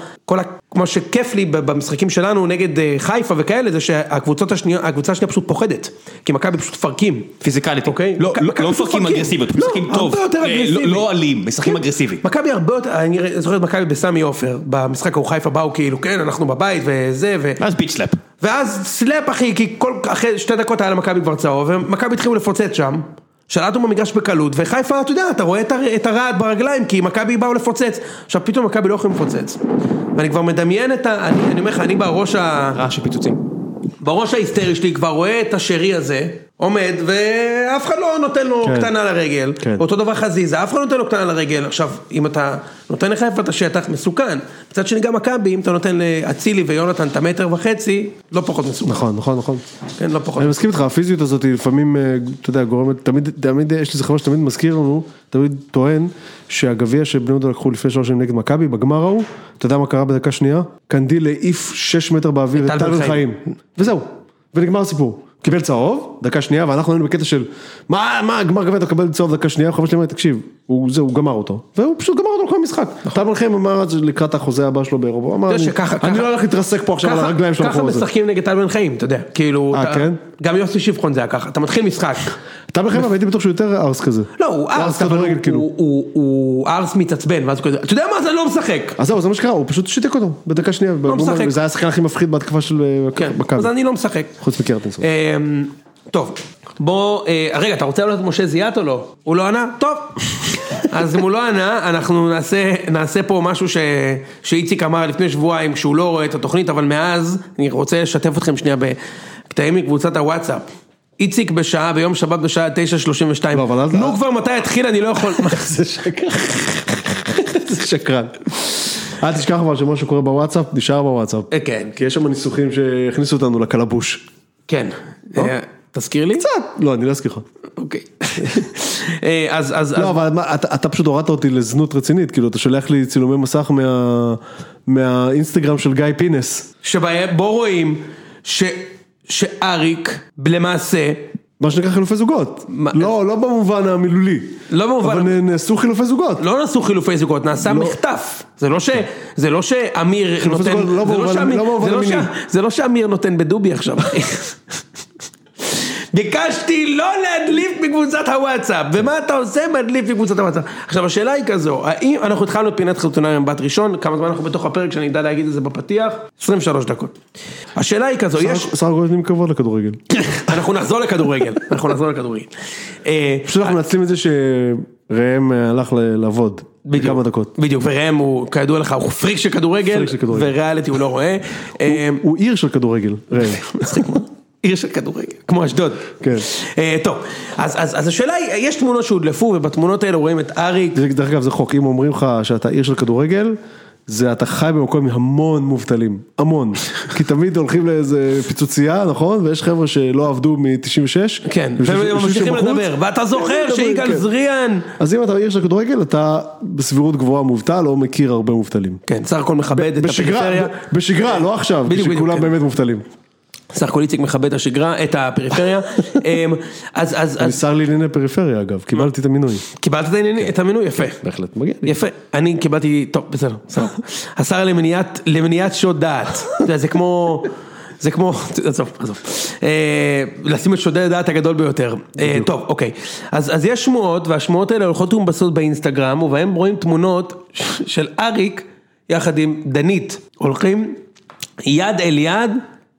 כמו שכיף לי במשחקים שלנו נגד חיפה וכאלה, זה שהקבוצה השנייה פשוט פוחדת, כי מכבי פשוט פרקים. פיזיקלית, אוקיי? לא מפרקים אגרסיביות, משחקים טוב, לא אלים, משחקים אגרסיביים. מכבי הרבה יותר, אני זוכר את מכבי בסמי עופר, במשחק הוא חיפה באו כאילו, כן, אנחנו בבית וזה, ואז ביץ' סלאפ. ואז סלאפ אחי, כי אחרי 2 דקות היה למכבי כבר צהוב, ומכבי התחילו לפוצץ שם, שלטנו במגרש בקלות, וחיפה, אתה יודע, אתה רואה את הרעד ברגליים, כי מכבי באו לפוצץ, עכשיו פתאום מכבי לא יכולים לפוצץ, ואני כבר מדמיין אני אומר לך, אני רעש הפיצוצים. בראש ההיסטרי שלי כבר רואה את השרי הזה, עומד, ואף אחד לא נותן לו קטנה לרגל, אותו דבר חזיזה, אף אחד לא נותן לו קטנה לרגל, עכשיו, אם אתה נותן לחיפה את השטח מסוכן, בצד שני גם מכבי, אם אתה נותן לאצילי ויונתן את 1.5 מטר, לא פחות מסוכן. נכון. כן, לא פחות. אני מסכים איתך, הפיזיות הזאת לפעמים, אתה יודע, גורמת, תמיד, יש לי זכרון שתמיד מזכיר לנו, תמיד טוען, שהגביע שבני יהודה לקחו לפני 3 שנים נגד מכבי, בגמר ההוא, אתה יודע מה קרה בדקה שנייה? קנדיל העיף 6 מטר באוויר את טל בן חיים. וזהו, ונגמר הסיפור. קיבל צהוב, דקה שנייה, ואנחנו היינו בקטע של, מה גמר גביע אתה קבל צהוב דקה שנייה, חמש למה, תקשיב, הוא גמר אותו, והוא פשוט גמר אותו לכל המשחק. טל בן חיים אמר לקראת החוזה הבא שלו באירופה, הוא אמר, אני לא הולך להתרסק פה עכשיו על הרגליים של החור הזה. ככה משחקים נגד טל בן חיים, אתה יודע, כאילו, גם יוסי שבחון זה היה ככה, אתה מתחיל משחק. טל בן חיים, הייתי בטוח שהוא יותר ארס כזה. לא, הוא ארס, אבל הוא ארס מתעצבן, ואז הוא כזה, אתה יודע מה, זה לא משחק. אז זהו, זה מה שקרה, הוא פשוט שיתק אותו, בדקה שנייה, זה היה השחקן הכי מפחיד בהתקפה של מכבי. אז אני לא משחק. חוץ מקרטנס. טוב, בוא, רגע, אתה רוצה לראות את משה זיית או לא? הוא לא ענה? טוב. אז אם הוא לא ענה, אנחנו נעשה פה משהו שאיציק אמר לפני שבועיים, כשהוא לא רואה את התוכנית, אבל מאז אני רוצה לשתף אתכם שנייה בקטעים מקבוצת הוואטסאפ. איציק ביום שבת בשעה 9:32. נו כבר מתי התחיל, אני לא יכול. זה שקרן. זה שקרן. אל תשכח אבל שמה שקורה בוואטסאפ, נשאר בוואטסאפ. כן. כי יש שם ניסוחים שהכניסו אותנו לקלבוש. כן. תזכיר לי? קצת. לא, אני לא אזכיר לך. אוקיי. לא, אבל אתה פשוט הורדת אותי לזנות רצינית, כאילו אתה שולח לי צילומי מסך מהאינסטגרם של גיא פינס. שבו רואים שאריק למעשה מה שנקרא חילופי זוגות, לא במובן המילולי, אבל נעשו חילופי זוגות. לא נעשו חילופי זוגות, נעשה מחטף, זה לא שאמיר נותן, זה לא שאמיר נותן בדובי עכשיו. ביקשתי לא להדליף מקבוצת הוואטסאפ, ומה אתה עושה? מדליף מקבוצת הוואטסאפ. עכשיו השאלה היא כזו, האם אנחנו התחלנו את פינת חתונה עם בת ראשון, כמה זמן אנחנו בתוך הפרק שאני אדע להגיד את זה בפתיח? 23 דקות. השאלה היא כזו, יש... שר גורדים כבוד לכדורגל. אנחנו נחזור לכדורגל. פשוט אנחנו נצלים את זה שראם הלך לעבוד. בכמה דקות. בדיוק, וראם הוא, כידוע לך, הוא פריק של כדורגל, וריאליטי הוא לא רואה. הוא עיר של כדורגל, ראם. עיר של כדורגל, כמו אשדוד. כן. טוב, אז השאלה היא, יש תמונות שהודלפו, ובתמונות האלה רואים את אריק. דרך אגב, זה חוק, אם אומרים לך שאתה עיר של כדורגל, זה אתה חי במקום עם המון מובטלים, המון. כי תמיד הולכים לאיזה פיצוצייה, נכון? ויש חבר'ה שלא עבדו מ-96. כן, והם ממשיכים לדבר, ואתה זוכר שיגאל זריאן. אז אם אתה עיר של כדורגל, אתה בסבירות גבוהה מובטל, או מכיר הרבה מובטלים. כן, סך הכל מכבד את הפריפריה. בשגרה, לא עכשיו, כשכולם באמת מובטלים. סך הכל איציק מכבד את הפריפריה. אני שר לענייני פריפריה אגב, קיבלתי את המינוי. קיבלת את המינוי? יפה. בהחלט, מגיע לי. יפה. אני קיבלתי, טוב, בסדר. השר למניעת שוד דעת. זה כמו, עזוב. לשים את שודי הדעת הגדול ביותר. טוב, אוקיי. אז יש שמועות, והשמועות האלה הולכות ומבססות באינסטגרם, ובהם רואים תמונות של אריק, יחד עם דנית, הולכים יד אל יד,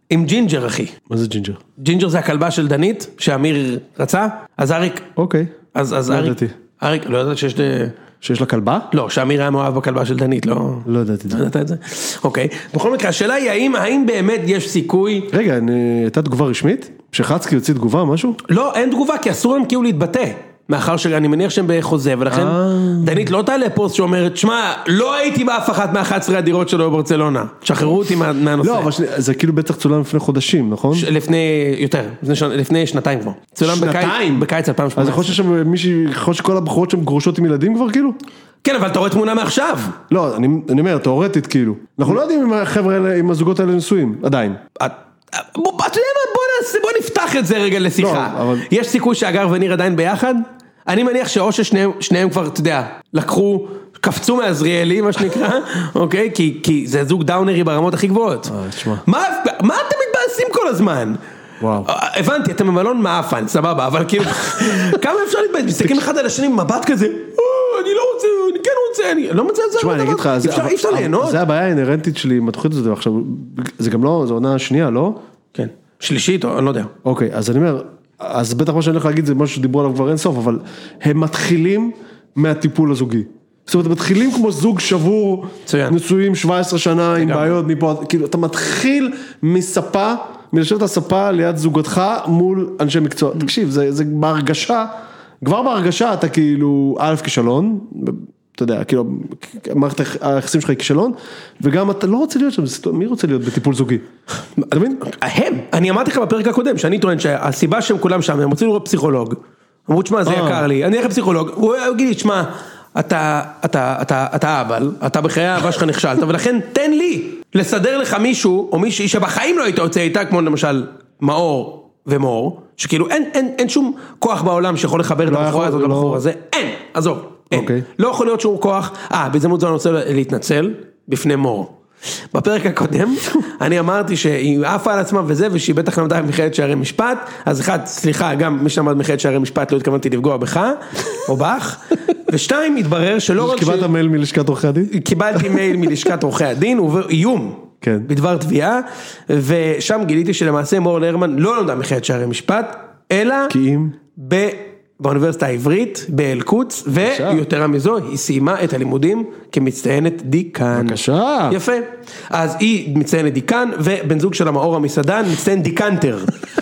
עם ג'ינג'ר אחי. מה זה ג'ינג'ר? ג'ינג'ר זה הכלבה של דנית, שאמיר רצה, אז אריק. אוקיי. אז לא אריק. ידעתי. אריק, לא יודעת שיש... שיש לה כלבה? לא, שאמיר היה מאוהב בכלבה של דנית, לא... לא ידעתי. לא ידעת את זה? אוקיי. בכל מקרה, השאלה היא, האם באמת יש סיכוי... רגע, הייתה תגובה רשמית? שחצקי יוציא תגובה או משהו? לא, אין תגובה, כי אסור להם כאילו להתבטא. מאחר שאני מניח שהם בחוזה, ולכן דנית לא תעלה פוסט שאומרת, שמע, לא הייתי באף אחת מה-11 הדירות שלו בברצלונה. שחררו אותי מהנושא. לא, אבל זה כאילו בטח צולם לפני חודשים, נכון? לפני שנתיים כבר. צולם בקיץ 2018. אז יכול להיות ששם מישהי, יכול להיות שכל הבחורות שם גרושות עם ילדים כבר כאילו? כן, אבל אתה רואה תמונה מעכשיו. לא, אני אומר, תיאורטית כאילו. אנחנו לא יודעים אם החבר'ה האלה, אם הזוגות האלה נשואים, עדיין. אתה יודע מה, בוא נפתח את זה רגע לשיחה. יש סיכוי שאגר וניר עדיין ביחד? אני מניח שאו ששניהם כבר, אתה יודע, קפצו מהזריאלי, מה שנקרא, אוקיי? כי זה זוג דאונרי ברמות הכי גבוהות. מה אתם מתבאסים כל הזמן? וואו. הבנתי, אתם במלון מאפן, סבבה, אבל כאילו, כמה אפשר להתבאס? מסתכלים אחד על השני מבט כזה, אני לא רוצה, אני כן רוצה, אני לא מצא את זה. תשמע, אני אגיד לך, אי אפשר ליהנות. זה הבעיה האינרנטית שלי עם התוכנית הזאת, עכשיו, זה גם לא, זו עונה שנייה, לא? כן. שלישית, אני לא יודע. אוקיי, אז אני אומר, אז בטח מה שאני הולך להגיד זה משהו שדיברו עליו כבר אין סוף, אבל הם מתחילים מהטיפול הזוגי. זאת אומרת, הם מתחילים כמו זוג שבור, נשואים 17 שנה עם בעיות מפה, כאילו, אתה מתחיל מספה, מלשבת הספה ליד זוגתך מול אנשי מקצוע. תקשיב, זה בהרגשה, כבר בהרגשה אתה כאילו, א' כישלון, אתה יודע, כאילו, מערכת היחסים שלך היא כישלון, וגם אתה לא רוצה להיות שם, מי רוצה להיות בטיפול זוגי? אתה מבין? אני אמרתי לך בפרק הקודם, שאני טוען שהסיבה שהם כולם שם, הם רוצים לראות פסיכולוג, אמרו, תשמע, זה יקר לי, אני אלך לפסיכולוג, הוא יגיד לי, תשמע, אתה אבל, אתה בחיי האהבה שלך נכשלת, ולכן תן לי לסדר לך מישהו, או מישהי שבחיים לא היית יוצא איתה, כמו למשל מאור ומור, שכאילו אין שום כוח בעולם שיכול לחבר את הבחורה הזאת לבחור הזה, אין, עזוב. לא יכול להיות שום כוח, בהזדמנות זו אני רוצה להתנצל בפני מור. בפרק הקודם אני אמרתי שהיא עפה על עצמה וזה, ושהיא בטח למדה במכללת שערי משפט, אז אחד, סליחה, גם מי שלמד במכללת שערי משפט לא התכוונתי לפגוע בך או בך, ושתיים, התברר שלא רק קיבלת מייל מלשכת עורכי הדין? קיבלתי מייל מלשכת עורכי הדין, ואיום בדבר תביעה, ושם גיליתי שלמעשה מור לרמן לא למדה במכללת שערי משפט, אלא באוניברסיטה העברית, באל-קודס, ויותר מזו, היא סיימה את הלימודים כמצטיינת דיקן. בבקשה. יפה. אז היא מצטיינת דיקן, ובן זוג של המאור המסעדן, מצטיין דיקנטר.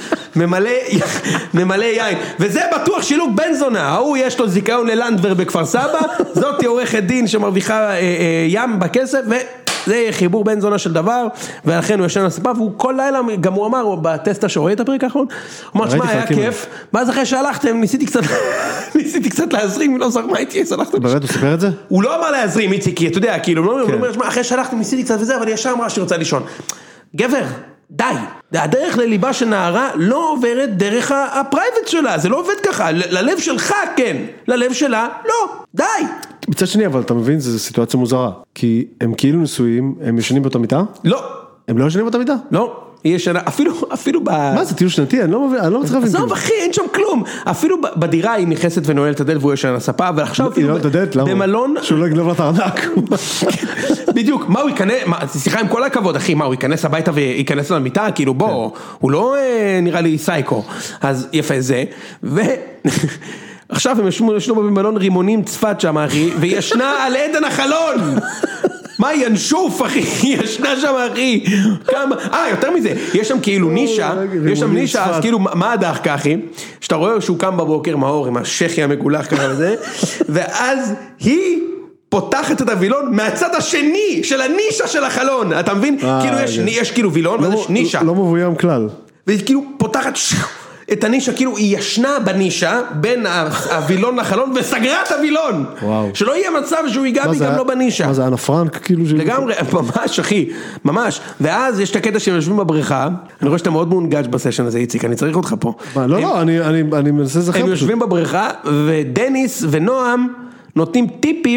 ממלא יין. וזה בטוח שילוב בן זונה. ההוא יש לו זיכיון ללנדבר בכפר סבא, זאת היא עורכת דין שמרוויחה ים בכסף, זה חיבור בן זונה של דבר, ולכן הוא ישן על הספה, והוא כל לילה, גם הוא אמר, בטסט השורית הפרק האחרון, הוא אמר, שמה, היה כיף, ואז אחרי שהלכתם, ניסיתי קצת להזרים, לא זוכר מה הייתי, סלחתם. באמת, הוא סיפר את זה? הוא לא אמר להזרים, איציק, כי אתה יודע, כאילו, הוא אומר, אחרי שהלכתם, ניסיתי קצת וזה, אבל ישר אמרה שהיא רוצה לישון. גבר, די, הדרך לליבה של נערה לא עוברת דרך הפרייבט שלה, זה לא עובד ככה, ללב שלך כן, ללב שלה לא, די. מצד שני, אבל אתה מבין, זו סיטואציה מוזרה, כי הם כאילו נשואים, הם ישנים באותה מיטה? לא. הם לא ישנים באותה מיטה? לא. היא ישנה, אפילו מה זה, טיול שנתי? אני לא מצליח להבין. עזוב אחי, אין שם כלום. אפילו בדירה היא נכנסת ונועלת את הדלת והוא ישן על הספה, ועכשיו אפילו במלון... שהוא לא יגנוב לה את הארנק. בדיוק, מה הוא ייכנס, סליחה עם כל הכבוד אחי, מה הוא ייכנס הביתה וייכנס למיטה, כאילו בוא, הוא לא נראה לי סייקו. אז יפה זה, עכשיו הם ישנו במלון רימונים צפת שם אחי, וישנה על עדן החלון. מה ינשוף אחי, ישנה שם אחי, כמה, יותר מזה, יש שם כאילו נישה, יש שם נישה, אז כאילו מה הדחקה אחי, שאתה רואה שהוא קם בבוקר מאור עם השכי המגולח ככה וזה, ואז היא פותחת את הווילון מהצד השני של הנישה של החלון, אתה מבין? כאילו יש כאילו וילון ויש נישה. לא מבוים כלל. והיא כאילו פותחת את הנישה, כאילו היא ישנה בנישה בין הווילון לחלון וסגרה את הווילון. שלא יהיה מצב שהוא ייגע בי גם לא בנישה. מה זה, אנה פרנק כאילו? לגמרי, ממש אחי, ממש. ואז יש את הקטע שהם יושבים בבריכה, אני רואה שאתה מאוד מונגש בסשן הזה, איציק, אני צריך אותך פה. לא, אני מנסה לזכר. הם יושבים בבריכה, ודניס ונועם נותנים טיפים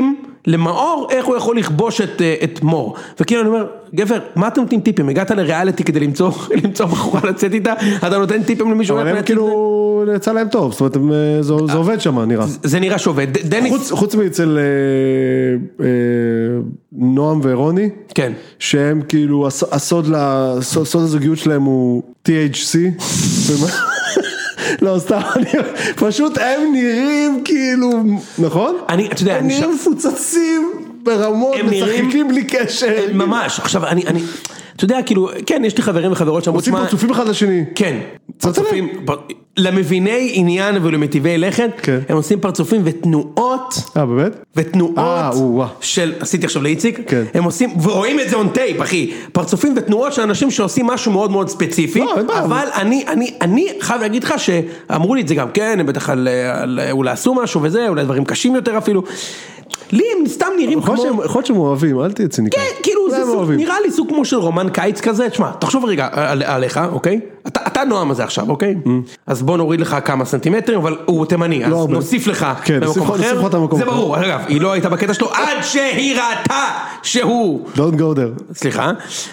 למאור, איך הוא יכול לכבוש את מור, וכאילו אני אומר, גבר, מה אתם נותנים טיפים? הגעת לריאליטי כדי למצוא בחורה לצאת איתה, אתה נותן טיפים למישהו? אבל הם כאילו, יצא להם טוב, זאת אומרת, זה עובד שם, נראה. זה נראה שעובד. חוץ מאצל נועם ורוני, כן. שהם כאילו, הסוד הזוגיות שלהם הוא THC, לא, סתם, פשוט הם נראים כאילו, נכון? אתה יודע, הם נראים מפוצצים ברמות, משחקים בלי קשר. ממש, עכשיו אני, אתה יודע, כאילו, כן, יש לי חברים וחברות שאמרו, עושים פרצופים אחד לשני. כן, פרצופים, למביני עניין ולמטיבי לכת, הם עושים פרצופים ותנועות, באמת? ותנועות של, עשיתי עכשיו לאיציק, הם עושים, ורואים את זה on tape, אחי, פרצופים ותנועות של אנשים שעושים משהו מאוד מאוד ספציפי, אבל אני חייב להגיד לך שאמרו לי את זה גם, כן, הם בטח אולי עשו משהו וזה, אולי דברים קשים יותר אפילו, לי הם סתם נראים כמו... יכול להיות שהם אוהבים, אל תהיה ציניקה. כן, כאילו, זה נראה לי סוג כמו של רומן קיץ כזה, תשמע, תחשוב רגע עליך, אוקיי? אתה נועם הזה עכשיו, אוקיי? אז בוא נוריד לך כמה סנטימטרים, אבל הוא תימני, אז נוסיף לך במקום אחר, זה ברור, אגב, היא לא הייתה בקטע שלו, עד שהיא ראתה שהוא... Don't go there. סליחה,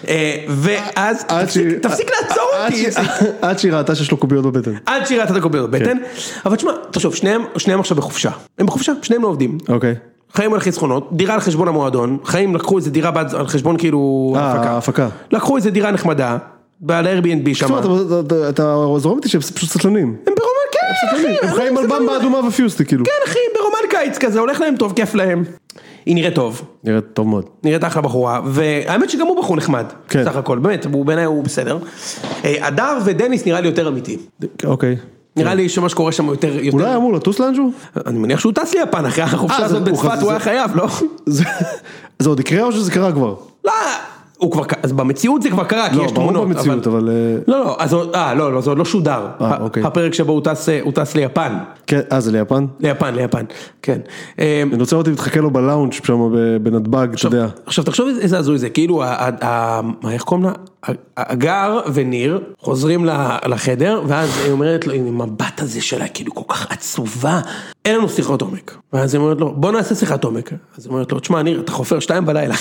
ואז תפסיק לעצור אותי. עד שהיא ראתה שיש לו קוביות בבטן. עד שהיא ראתה את הקוביות בבטן, אבל תשמע, תחשוב, שניהם עכשיו בחופשה, הם בחופשה, שניהם לא עובדים. אוקיי. חיים על חסכונות, דירה על חשבון המועדון, חיים לקחו איזה דירה על חשבון כאילו ההפקה. לקחו איזה דירה נחמדה, בעל Airbnb שם. אתה זורם אותי שהם פשוט סטלנים. הם ברומן, כן, אחי. הם חיים על במבה אדומה ופיוסטי כאילו. כן, אחי, ברומן קיץ כזה, הולך להם טוב, כיף להם. היא נראית טוב. נראית טוב מאוד. נראית אחלה בחורה, והאמת שגם הוא בחור נחמד. סך הכל, באמת, בעיניי הוא בסדר. אדר ודניס נראה לי יותר אמיתי. אוקיי. נראה לי שמה שקורה שם יותר... אולי אמור לטוס לאנשהו? אני מניח שהוא טס ליפן, אחרי החופשה הזאת בצפת, הוא היה חייב, לא? זה עוד יקרה או שזה קרה כבר? לא, הוא כבר, אז במציאות זה כבר קרה, כי יש תמונות. לא, במציאות, אבל... לא, לא, זה עוד לא שודר. הפרק שבו הוא טס ליפן. כן, זה ליפן? ליפן, כן. אני רוצה לראות אם תחכה לו בלאונג' שם בנתב"ג, אתה יודע. עכשיו, תחשוב איזה הזוי זה, כאילו, איך קוראים לה? אגר וניר חוזרים לחדר, ואז היא אומרת לו, עם המבט הזה שלה, כאילו כל כך עצובה, אין לנו שיחות עומק. ואז היא אומרת לו, בוא נעשה שיחת עומק. אז היא אומרת לו, תשמע, ניר, אתה חופר 2 בלילה.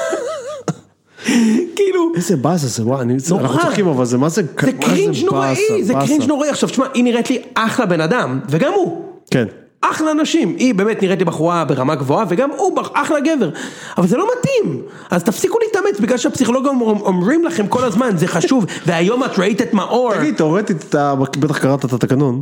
כאילו... איזה באסה זה, וואי, אנחנו צוחקים, אבל זה מה זה... זה קרינג' נוראי, זה קרינג' נוראי. עכשיו, תשמע, היא נראית לי אחלה בן אדם, וגם הוא. כן. אחלה נשים, היא באמת נראית לי בחורה ברמה גבוהה, וגם הוא אחלה גבר, אבל זה לא מתאים, אז תפסיקו להתאמץ, בגלל שהפסיכולוגים אומרים לכם כל הזמן, זה חשוב, והיום את ראית את מאור. תגיד, תאורטית, אתה בטח קראת את התקנון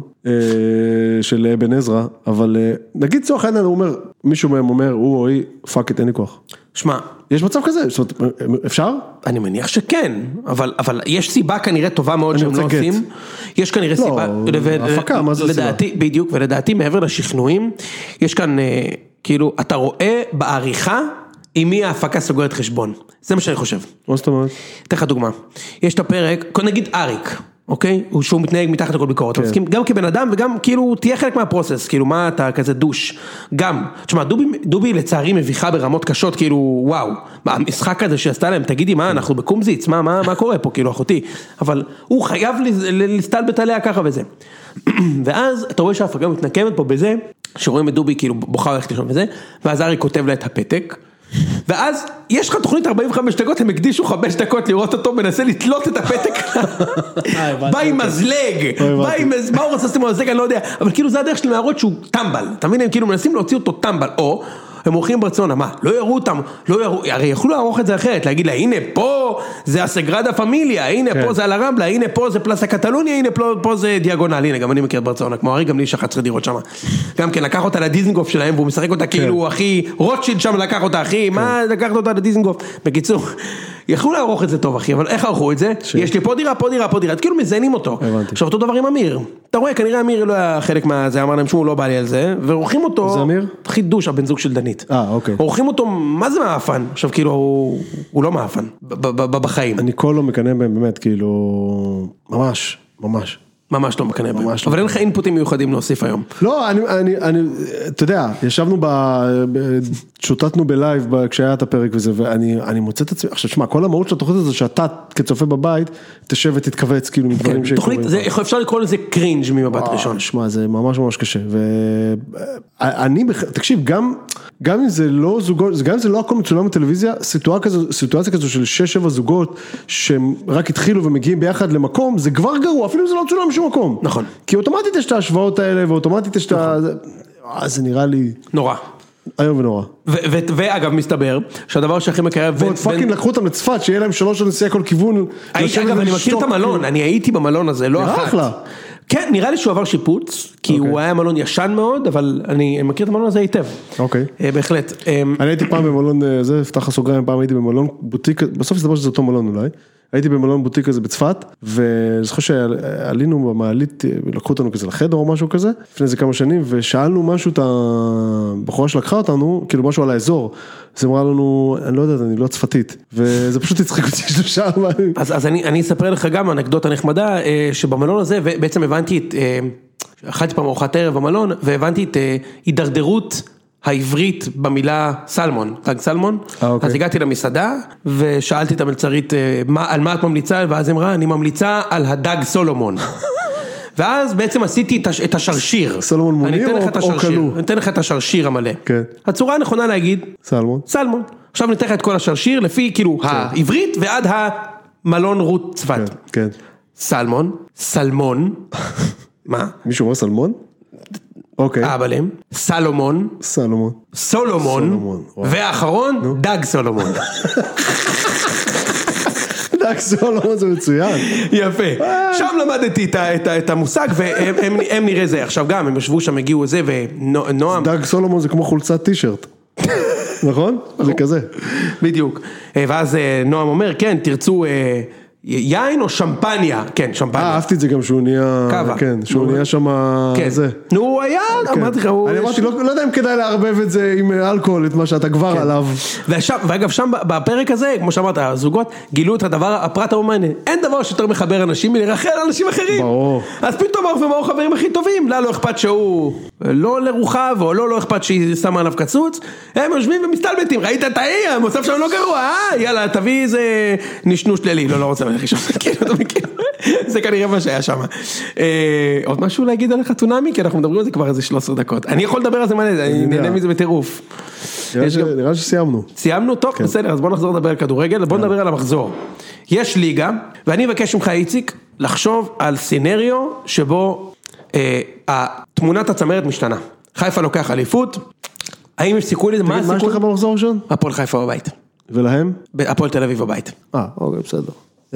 של בן עזרא, אבל נגיד צורך העניין, הוא אומר, מישהו מהם אומר, הוא או היא, פאק את, אין לי כוח. שמע, יש מצב כזה, אפשר? אני מניח שכן, אבל יש סיבה כנראה טובה מאוד שהם לא עושים, יש כנראה סיבה, הפקה, מה זה הסיבה? בדיוק, ולדעתי מעבר לשכנועים, יש כאן, כאילו, אתה רואה בעריכה, עם מי ההפקה סוגרת חשבון, זה מה שאני חושב. מה זאת אומרת? אתן לך דוגמה, יש את הפרק, נגיד אריק, אוקיי? שהוא מתנהג מתחת לכל ביקורת, גם כבן אדם וגם כאילו תהיה חלק מהפרוסס, כאילו מה אתה כזה דוש, גם, תשמע, דובי לצערי מביכה ברמות קשות, כאילו וואו, המשחק הזה שעשתה להם, תגידי מה, אנחנו בקומזיץ, מה קורה פה, כאילו אחותי, אבל הוא חייב להסתלבט עליה ככה וזה, ואז אתה רואה שההפקה מתנקמת פה בזה, שרואים את דובי כאילו בוחר ללכת לישון וזה, ואז ארי כותב לה את הפתק, ואז יש לך תוכנית 45 דקות, הם הקדישו 5 דקות לראות אותו, מנסה לתלות את הפתק, בא עם מזלג, מה הוא רוצה לשים לו מזלג, אני לא יודע, אבל כאילו זה הדרך שלי להראות שהוא טמבל, אתה מבין, הם כאילו מנסים להוציא אותו טמבל, או הם הולכים ברצונה, מה, לא יראו אותם, הרי יכולו לערוך את זה אחרת, להגיד לה, הנה פה זה הסגרדה פמיליה, הנה פה זה על הרמבלה, הנה פה זה פלאסה קטלוניה, הנה פה זה דיאגונל, הנה גם אני מכיר את ברצונה, כמו הרי גם לי יש 11 דירות שם, גם כן לקח אותה לדיזנגוף שלהם, והוא משחק אותה כאילו, אחי, רוטשילד שם לקח אותה, אחי, מה לקחת אותה לדיזנגוף, בקיצור, יכלו לערוך את זה טוב אחי, אבל איך ערכו את זה? יש לי פה דירה, כאילו מזיינים אותו. עכשיו אותו דבר עם אמיר. אתה רואה, כנראה אמיר לא היה חלק מהזה, אמר להם שהוא לא בא לי על זה, ועורכים אותו... זה אמיר? חידוש, הבן זוג של דנית. אוקיי. עורכים אותו, מה זה מאפן? עכשיו כאילו, הוא לא מאפן, בחיים. אני כל לא מקנא בהם באמת, כאילו, ממש לא מקנא בהם. אבל אין לך אינפוטים מיוחדים להוסיף היום. לא, אתה יודע, ישבנו שוטטנו בלייב כשהיה את הפרק וזה, ואני מוצא את עצמי, עכשיו שמע, כל המהות של התוכנית הזה שאתה כצופה בבית, תשב ותתכווץ כאילו מדברים שקורים. תוכנית, אפשר לקרוא לזה קרינג' ממבט ראשון. שמע, זה ממש ממש קשה, ואני, תקשיב, גם אם זה לא זוגות, גם אם זה לא הכל מצולם בטלוויזיה, סיטואציה כזו של 6-7 זוגות, שהם רק התחילו ומגיעים ביחד למקום, זה כבר גרוע, אפילו אם זה לא מצולם בשום מקום. נכון. כי אוטומטית יש את ההשוואות האלה, ואוטומטית יש את ה... זה נראה לי... נורא. היום ונורא. ואגב, מסתבר, שהדבר שהכי מקרב... ועוד פאקינג לקחו אותם לצפת, שיהיה להם 3 נסיעה כל כיוון. אגב, אני מכיר את המלון, אני הייתי במלון הזה, לא אחת. אחלה. כן, נראה לי שהוא עבר שיפוץ, כי הוא היה מלון ישן מאוד, אבל אני מכיר את המלון הזה היטב. אוקיי. בהחלט. אני הייתי פעם במלון, זה, פתח הסוגריים, פעם הייתי במלון בוטיק, בסוף זה דבר שזה אותו מלון אולי. הייתי במלון בוטיק כזה בצפת, ואני זוכר שעלינו במעלית, לקחו אותנו כזה לחדר או משהו כזה, לפני זה כמה שנים, ושאלנו משהו, את הבחורה שלקחה אותנו, כאילו משהו על האזור, אז אמרה לנו, אני לא יודעת, אני לא צפתית, וזה פשוט הצחיק אותי שלושה. אז אני אספר לך גם אנקדוטה נחמדה, שבמלון הזה, ובעצם הבנתי את, אכלתי פעם ארוחת ערב במלון, והבנתי את הידרדרות, העברית במילה סלמון, דג סלמון, אז הגעתי למסעדה ושאלתי את המלצרית על מה את ממליצה, ואז אמרה אני ממליצה על הדג סולומון, ואז בעצם עשיתי את השרשיר, סולומון מוני או כלוא? אני אתן לך את השרשיר המלא, כן. הצורה הנכונה להגיד סלמון, סלמון, עכשיו ניתן לך את כל השרשיר לפי כאילו העברית ועד המלון רות צפת, כן. סלמון, סלמון, מה? מישהו אומר סלמון? אוקיי. אבלם, סלומון, סולומון, והאחרון, דג סולומון. דג סולומון זה מצוין. יפה. שם למדתי את המושג, והם נראה זה. עכשיו גם, הם ישבו שם, הגיעו זה, ונועם. דג סולומון זה כמו חולצת טישרט. נכון? זה כזה. בדיוק. ואז נועם אומר, כן, תרצו... יין או שמפניה? כן, שמפניה. אהבתי את זה גם שהוא נהיה... קווה. כן, שהוא נהיה שם... זה. נו, הוא היה, אמרתי לך, הוא... אני אמרתי, לא יודע אם כדאי לערבב את זה עם אלכוהול, את מה שאתה כבר עליו. ואגב, שם בפרק הזה, כמו שאמרת, הזוגות גילו את הדבר, הפרט המעניין. אין דבר שיותר מחבר אנשים מלרחל אנשים אחרים. ברור. אז פתאום הוא חברים הכי טובים, לא אכפת שהוא לא לרוחב, או לא אכפת שהיא שמה עליו קצוץ, הם יושבים ומסתלבטים, ראית את העיר, המוסף שם לא גרוע, יאללה, תביא איזה נשנוש שלילי, לא רוצה זה כנראה מה שהיה שם. עוד משהו להגיד על החתונמי? כי אנחנו מדברים על זה כבר איזה 13 דקות. אני יכול לדבר על זה מלא, אני נהנה מזה בטירוף. נראה שסיימנו. סיימנו? טוב, בסדר, אז בוא נחזור לדבר על כדורגל, בוא נדבר על המחזור. יש ליגה, ואני אבקש ממך איציק, לחשוב על סינריו שבו תמונת הצמרת משתנה. חיפה לוקח אליפות, האם יש סיכוי לזה? מה הסיכוי? מה יש לך במחזור ראשון? הפועל חיפה בבית. ולהם? הפועל תל אביב בבית. אוקיי, בסדר.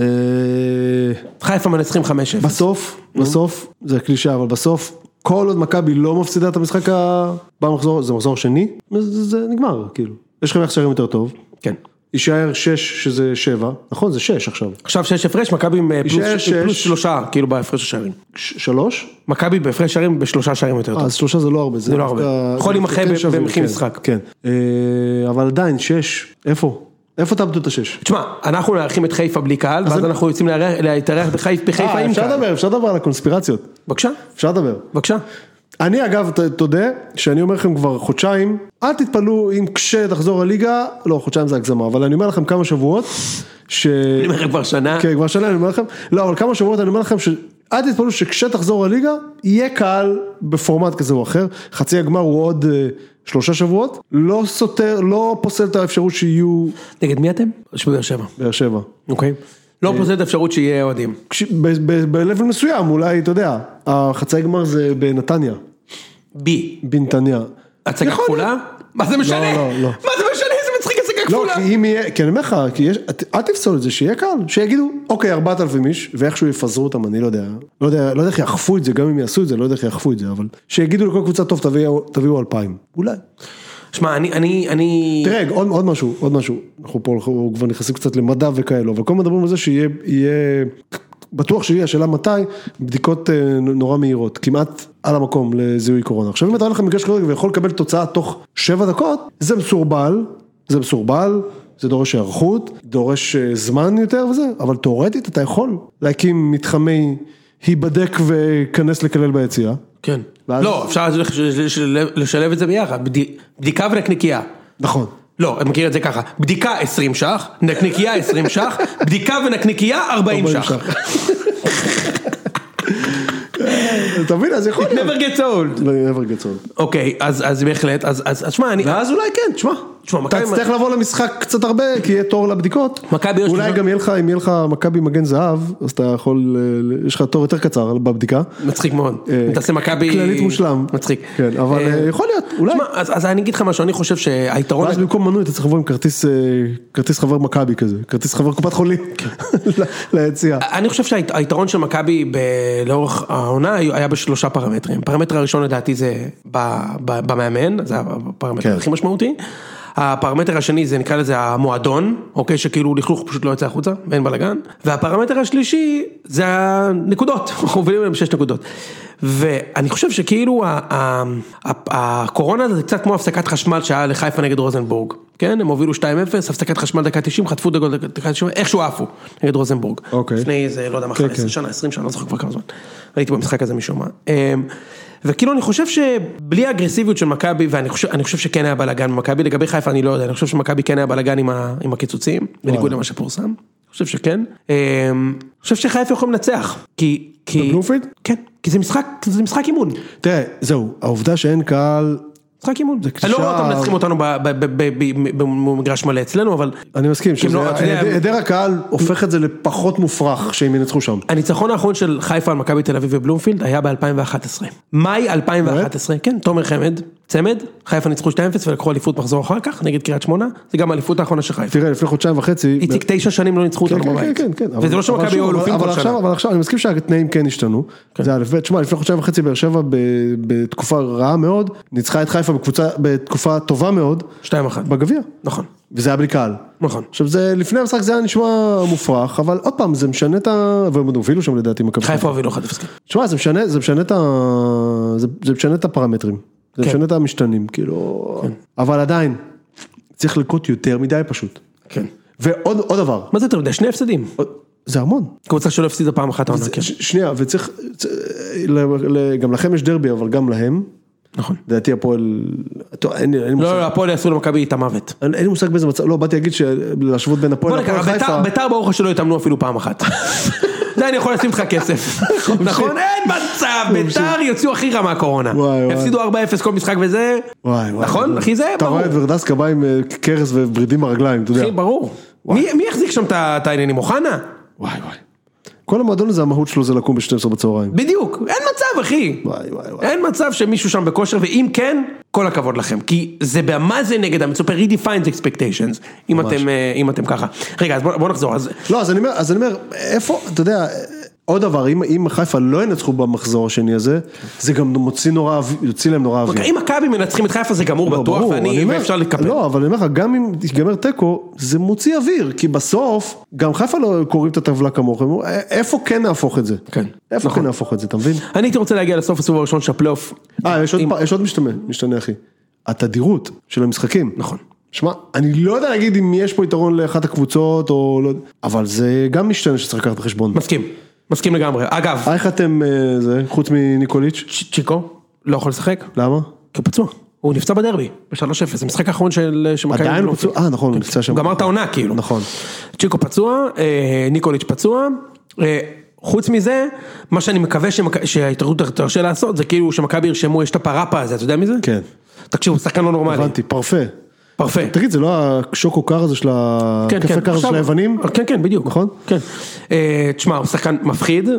חיפה מנצחים 5-0. בסוף, זה קלישה, אבל בסוף, כל עוד מכבי לא מפסידה את המשחק במחזור, זה מחזור שני, זה נגמר, כאילו. יש לכם איך שערים יותר טוב. כן. יישאר 6, שזה 7, נכון? זה 6 עכשיו. עכשיו 6 הפרש, מכבי עם פלוס 3, כאילו בהפרש השערים. 3? מכבי בהפרש שערים ב3 שערים יותר טוב. אז 3 זה לא הרבה. זה לא הרבה. יכול להימחה במחיר משחק. כן. אבל עדיין, 6, איפה? איפה תאבדו את 6? תשמע, אנחנו נערכים את חיפה בלי קהל, ואז אנחנו יוצאים להתארח בחיפה עם קהל. אפשר לדבר על הקונספירציות. בבקשה. אפשר לדבר. בבקשה. אני אגב, תודה, שאני אומר לכם כבר חודשיים, אל תתפלו אם כשתחזור הליגה, לא, חודשיים זה הגזמה, אבל אני אומר לכם כמה שבועות, אני אומר לכם כבר שנה. כן, כבר שנה אני אומר לכם, לא, אבל כמה שבועות אני אומר לכם, אל תתפלו שכשתחזור הליגה, יהיה קהל בפורמט כזה או אחר, חצי הגמר הוא עוד 3 שבועות, לא סותר, לא פוסל את האפשרות שיהיו... נגד מי אתם? באר שבע. באר שבע. אוקיי. לא פוסל את האפשרות שיהיה אוהדים. בלבל מסוים, אולי, אתה יודע, החצי גמר זה בנתניה. בנתניה. הצגה כפולה? מה זה משנה? לא. מה זה משנה? איזה מצחיק הצגה כפולה? לא, כי אם יהיה, כי אני אומר לך, אל תפסול את זה, שיהיה קל, שיגידו, אוקיי, 4,000 איש, ואיכשהו יפזרו אותם, אני לא יודע איך יאכפו את זה, גם אם יעשו את זה, לא יודע איך יאכפו את זה, אבל שיגידו לכל קבוצה טוב, תביאו 2,000, אולי. שמע, אני... תראה, עוד משהו, אנחנו פה כבר נכנסים קצת למדע וכאלו, אבל כל מדברים על זה שיהיה, בטוח שיהיה, השאלה מתי, בדיקות נורא מהירות, כמעט על המקום לזיהוי קורונה. עכשיו אם אתה הולך למגרש כדורגל ויכול לקבל תוצאה תוך 7 דקות, זה מסורבל, זה דורש הערכות, דורש זמן יותר וזה, אבל תיאורטית אתה יכול להקים מתחמי היבדק וכנס לקלל ביציאה. כן. לא, אפשר לשלב את זה ביחד, בדיקה ונקניקייה. נכון. לא, אני מכיר את זה ככה, בדיקה 20 שח, נקניקייה 20 שח, בדיקה ונקניקייה 40 שח. אתה מבין, אז יכול להיות. never gets old. never gets old. אוקיי, אז בהחלט, אז תשמע, ואז אולי כן, תשמע. אתה תצטרך לבוא למשחק קצת הרבה, כי יהיה תור לבדיקות. אולי גם אם יהיה לך מכבי מגן זהב, אז אתה יכול, יש לך תור יותר קצר בבדיקה. מצחיק מאוד. תעשה מכבי... כללית מושלם. מצחיק. כן, אבל יכול להיות, אולי. תשמע, אז אני אגיד לך משהו, אני חושב שהיתרון... ואז במקום מנוי, אתה צריך לבוא עם כרטיס חבר מכבי כזה, כרטיס חבר קופת חולים, ליציאה. אני חושב שהיתרון של מכבי לאורך העונה היה בשלושה פרמטרים. הפרמטר הראשון לדעתי זה במאמן, זה הפרמטר הכי משמעותי. הפרמטר השני זה נקרא לזה המועדון, אוקיי, שכאילו לכלוך פשוט לא יוצא החוצה, ואין בלגן. והפרמטר השלישי זה הנקודות, אנחנו מובילים להם 6 נקודות. ואני חושב שכאילו הקורונה זה קצת כמו הפסקת חשמל שהיה לחיפה נגד רוזנבורג, כן? הם הובילו 2-0, הפסקת חשמל דקה 90, חטפו דקה 90, איכשהו עפו נגד רוזנבורג. לפני זה, לא יודע מה, 15 שנה, 20 שנה, לא זוכר כבר כמה זמן. ראיתי במשחק הזה משום מה. וכאילו אני חושב שבלי האגרסיביות של מכבי, ואני חושב שכן היה בלגן במכבי, לגבי חיפה אני לא יודע, אני חושב שמכבי כן היה בלגן עם הקיצוצים, בניגוד למה שפורסם, אני חושב שכן. אני חושב שחיפה יכולים לנצח, כי... בבלומפילד? כן, כי זה משחק אימון. תראה, זהו, העובדה שאין קהל... משחק אימון. אני לא רואה אותם מנצחים אותנו במגרש מלא אצלנו, אבל... אני מסכים, היעדר הקהל הופך את זה לפחות מופרך שהם ינצחו שם. הניצחון האחרון של חיפה על מכבי תל אביב ובלומפילד היה ב-2011. מאי 2011, כן, תומר חמד, צמד, חיפה ניצחו 2-0 ולקחו אליפות מחזור אחר כך, נגד קריית שמונה, זה גם האליפות האחרונה של חיפה. תראה, לפני חודשיים וחצי... איציק 9 שנים לא ניצחו אותנו בבית. כן, כן, כן. וזה לא שמכבי היו אלופים כל שנה. אבל עכשיו, אני מסכים שהתנאים כן השתנו. זה א', תשמע, לפני חודשיים וחצי באר שבע בתקופה רעה מאוד, ניצחה את חיפה בתקופה טובה מאוד. 2-1. בגביע. נכון. וזה היה בלי קהל. נכון. עכשיו זה, לפני המשחק זה היה נשמע מופרך, אבל עוד פעם, זה משנה את ה... והם הובילו שם לדעתי מכבי. חיפה הובילו 1-0. תשמע, זה משנה את הפרמטרים. זה משנה את המשתנים, כאילו... אבל עדיין, צריך לקרות יותר מדי פשוט. כן. ועוד דבר. מה זה יותר מדי? 2 הפסדים. זה המון. קבוצה שלא הפסידה פעם אחת. שנייה, וצריך... גם לכם יש דרבי, אבל גם להם. נכון. לדעתי הפועל... לא, הפועל יעשו למכבי את המוות. אין לי מושג באיזה מצב, לא, באתי להגיד שלהשוות בין הפועל לפועל חיפה... ביתר ברוך שלא יתאמנו אפילו פעם אחת. זה אני יכול לשים לך כסף. נכון? אין מצב, ביתר יוציאו הכי רע מהקורונה. הפסידו 4-0 כל משחק וזה. נכון? אחי, זה ברור. אתה רואה את ורדסקה בא עם קרס וברידים ברגליים, אתה יודע. אחי, ברור. מי יחזיק שם את העניינים? מוכנה? וואי. כל המועדון הזה, המהות שלו זה לקום ב-12 בצהריים. בדיוק, אין מצב אחי. אין מצב שמישהו שם בכושר, ואם כן, כל הכבוד לכם. כי זה במה זה נגד המצופה, redefines expectations, אם אתם ככה. רגע, אז בוא נחזור. לא, אז אני אומר, איפה, אתה יודע, עוד דבר, אם חיפה לא ינצחו במחזור השני הזה, זה גם יוציא להם נורא אוויר. אם מכבי מנצחים את חיפה זה גמור בטוח, ואפשר לקפל. לא, אבל אני אומר לך, גם אם תיגמר טקו, זה מוציא אוויר, כי בסוף, גם חיפה לא קוראים את הטבלה כמוכם, איפה כן נהפוך את זה? כן. איפה כן נהפוך את זה, אתה מבין? אני הייתי רוצה להגיע לסוף הסיבוב הראשון של הפלייאוף. יש עוד משתנה, אחי. התדירות של המשחקים. נכון. שמע, אני לא יודע להגיד אם יש פה יתרון לאחת הקבוצות או לא, אבל זה גם משתנה שצריך לקחת בחשבון. מסכים לגמרי. אגב, איך אתם, חוץ מניקוליץ'? צ'יקו לא יכול לשחק. למה? כי הוא פצוע. הוא נפצע בדרבי, ב-3-0, זה משחק האחרון של מכבי. עדיין הוא פצוע? נכון, הוא נפצע שם. הוא גמר את העונה כאילו. נכון. צ'יקו פצוע, ניקוליץ' פצוע, חוץ מזה, מה שאני מקווה שההתאחדות תרשה לעשות, זה כאילו שמכבי ירשמו, יש את הפרפה הזה, אתה יודע מזה? כן. תקשיב, הוא שחקן לא נורמלי. הבנתי, פרפה. פרפה. תגיד, זה לא השוקו קר הזה של הקפה קר של היוונים? כן, בדיוק. נכון? כן. תשמע, הוא שחקן מפחיד,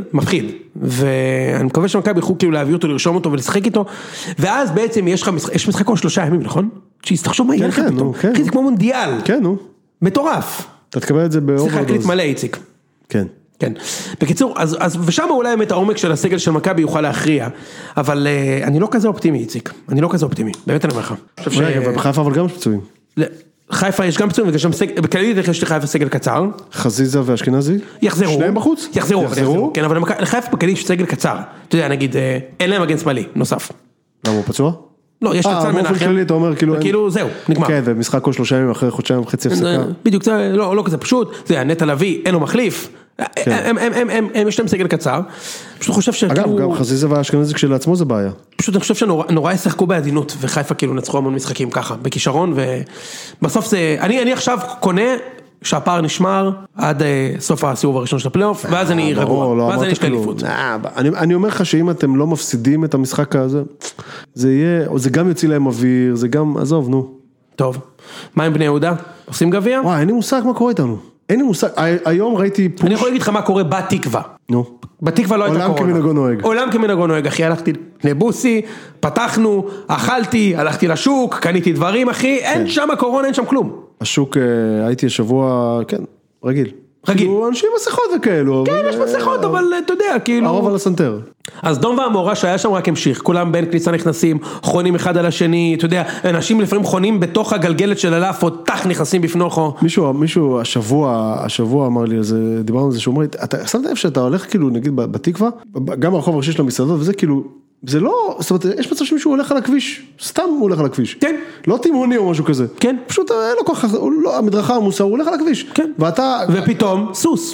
ואני מקווה שמכבי יוכלו כאילו להביא אותו, לרשום אותו ולשחק איתו, ואז בעצם יש משחק כל 3 ימים, נכון? שיסתחשוב מה יהיה לך פתאום. אחי, זה כמו מונדיאל. כן, נו. מטורף. אתה תקבל את זה באוברדוז. צריך להקליט מלא, איציק. כן. כן. בקיצור, ושם אולי באמת העומק של הסגל של מכבי יוכל להכריע, אבל אני לא כזה אופטימי, איציק. אני לא כזה אופטימי. באמת אני אומר לך. בחיפה אבל גם יש פצועים. חיפה יש גם פצועים, בכללית יש לחיפה סגל קצר. חזיזה ואשכנזי? יחזרו. שניהם בחוץ? יחזרו. כן, אבל לחיפה בכללית יש סגל קצר. אתה יודע, נגיד, אין להם מגן שמאלי, נוסף. למה הוא פצוע? לא, יש לצל מנחם. באופן כללי אתה אומר כאילו זהו, נגמר. כן, ומשחק כל 3 ימים אחרי חודשיים וחצי הפסקה. בדיוק, לא כזה פשוט, זה נטע לביא, אין לו מחליף, יש להם סגל קצר, פשוט חושב שכאילו... אגב, גם חזיזה והאשכנזי כשלעצמו זה בעיה. פשוט אני חושב שנורא ישחקו בעדינות, וחיפה כאילו נצחו המון משחקים ככה, בכישרון, ובסוף זה... אני עכשיו קונה שהפער נשמר עד סוף הסיבוב הראשון של הפלייאוף, ואז אני רגוע, ואז אני אשתה אליפות. אני אומר לך שאם אתם לא מפסידים את המשחק הזה, זה גם יוציא להם אוויר, זה גם, עזוב, נו. טוב, מה עם בני יהודה? עושים גביע? וואי, אין לי מושג מה קורה איתנו. אין לי מושג, היום ראיתי פוש. אני יכול להגיד לך מה קורה בתקווה. נו. בתקווה לא הייתה קורונה. עולם כמנהגו נוהג. עולם כמנהגו נוהג, אחי, הלכתי לבוסי, פתחנו, אכלתי, הלכתי לשוק, קניתי דברים, אחי, אין שם קורונה, אין שם כלום. השוק, הייתי השבוע, כן, רגיל. כאילו, אנשים מסכות וכאלו. כן, יש מסכות, אבל אתה יודע, כאילו... הרוב על הסנטר. אז דום והמורה שהיה שם רק המשיך, כולם בין כניסה נכנסים, חונים אחד על השני, אתה יודע, אנשים לפעמים חונים בתוך הגלגלת של אלף, או תח נכנסים בפנוחו. מישהו השבוע אמר לי, דיברנו על זה, שהוא אומר לי, אתה שמת לב שאתה הולך כאילו, נגיד בתקווה, גם הרחוב הראשי של המסעדות, וזה כאילו, זה לא, זאת אומרת, יש מצב שמישהו הולך על הכביש, סתם הוא הולך על הכביש. כן. לא תימהוני או משהו כזה. כן. פשוט לא כל כך, המדרכה עמוסה, הוא הולך על הכביש. כן. ופתאום, סוס.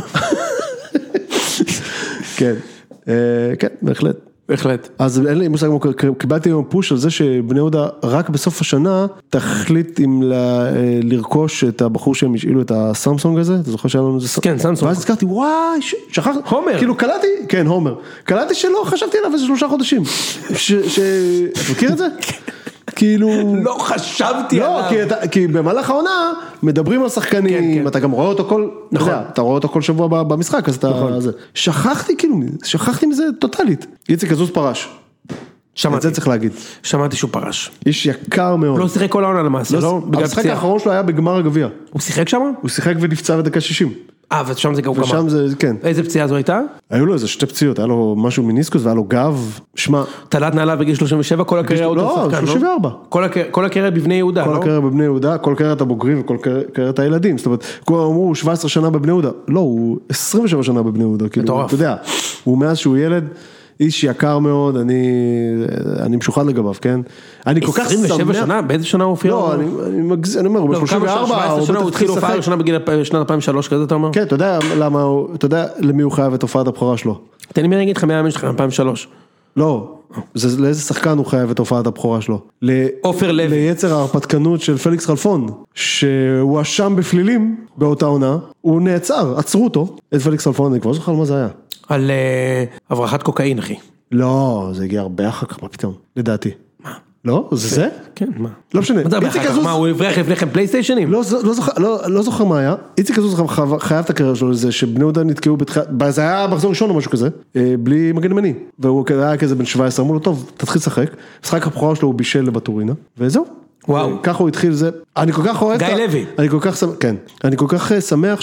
כן. כן, בהחלט. בהחלט. אז אין לי מושג, קיבלתי היום פוש על זה שבני יהודה רק בסוף השנה תחליט אם לרכוש את הבחור שהם השאילו את הסמסונג הזה, אתה זוכר שהיה לנו זה? כן, סמסונג. ואז הזכרתי, וואי, שכחתי. הומר. כאילו קלטתי, כן, הומר. קלטתי שלא חשבתי עליו איזה 3 חודשים. אתה מכיר את זה? כאילו... לא חשבתי עליו. לא, כי במהלך העונה מדברים על שחקנים, אתה גם רואה אותו כל... נכון. אתה רואה אותו כל שבוע במשחק, אז אתה... שכחתי מזה טוטלית. איציק עזוז פרש. את זה צריך להגיד. שמעתי שהוא פרש. איש יקר מאוד. לא שיחק כל העונה למעשה, לא? המשחק האחרון שלו היה בגמר הגביע. הוא שיחק שם? הוא שיחק ונפצע בדקה 60. ושם זה גם גמר. ושם זה, כן. איזה פציעה זו הייתה? היו לו איזה 2 פציעות, היה לו משהו מיניסקוס והיה לו גב, שמע. תלת נעליו בגיל 37, כל הקריירה הוא לא, 34. כל הקריירה בבני יהודה, לא? כל הקריירה בבני יהודה, כל קריירת הבוגרים וכל קריירת הילדים, זאת אומרת, כולם אמרו 17 שנה בבני יהודה, לא, הוא 27 שנה בבני יהודה, כאילו, אתה יודע, הוא מאז שהוא ילד, איש יקר מאוד, אני משוחד לגביו, כן? אני כל כך שמח. 27 שנה? באיזה שנה הוא הופיע? לא, אני אומר, הוא ב-34, 17 שנה הוא התחיל הופעה ראשונה בגלל שנת 2003 כזה, אתה אומר? כן, אתה יודע למה, אתה יודע למי הוא חייב את הופעת הבכורה שלו? תן לי להגיד לך 100 שלך, 2003. לא, לאיזה שחקן הוא חייב את הופעת הבכורה שלו? עופר לוי. ליצר ההרפתקנות של פליקס חלפון, שהוא אשם בפלילים באותה עונה, הוא נעצר, עצרו אותו, את פליקס חלפון, אני כבר זוכר על מה זה היה. על הברחת קוקאין, אחי. לא, זה הגיע הרבה אחר כך, מה פתאום, לדעתי. מה? לא? זה? כן, מה? לא משנה. מה, הוא הברח לפניכם פלייסטיישנים? לא זוכר מה היה. איציק עזוז חייב את הקריירה שלו לזה, שבני יהודה נתקעו זה היה מחזור ראשון או משהו כזה, בלי מגן ימני. והוא היה כזה בן 17, אמרו לו, טוב, תתחיל לשחק. משחק הבכורה שלו הוא בישל לבטורינה, וזהו. וואו. ככה הוא התחיל זה. אני כל כך אוהב... גיא לוי. אני כל כך שמח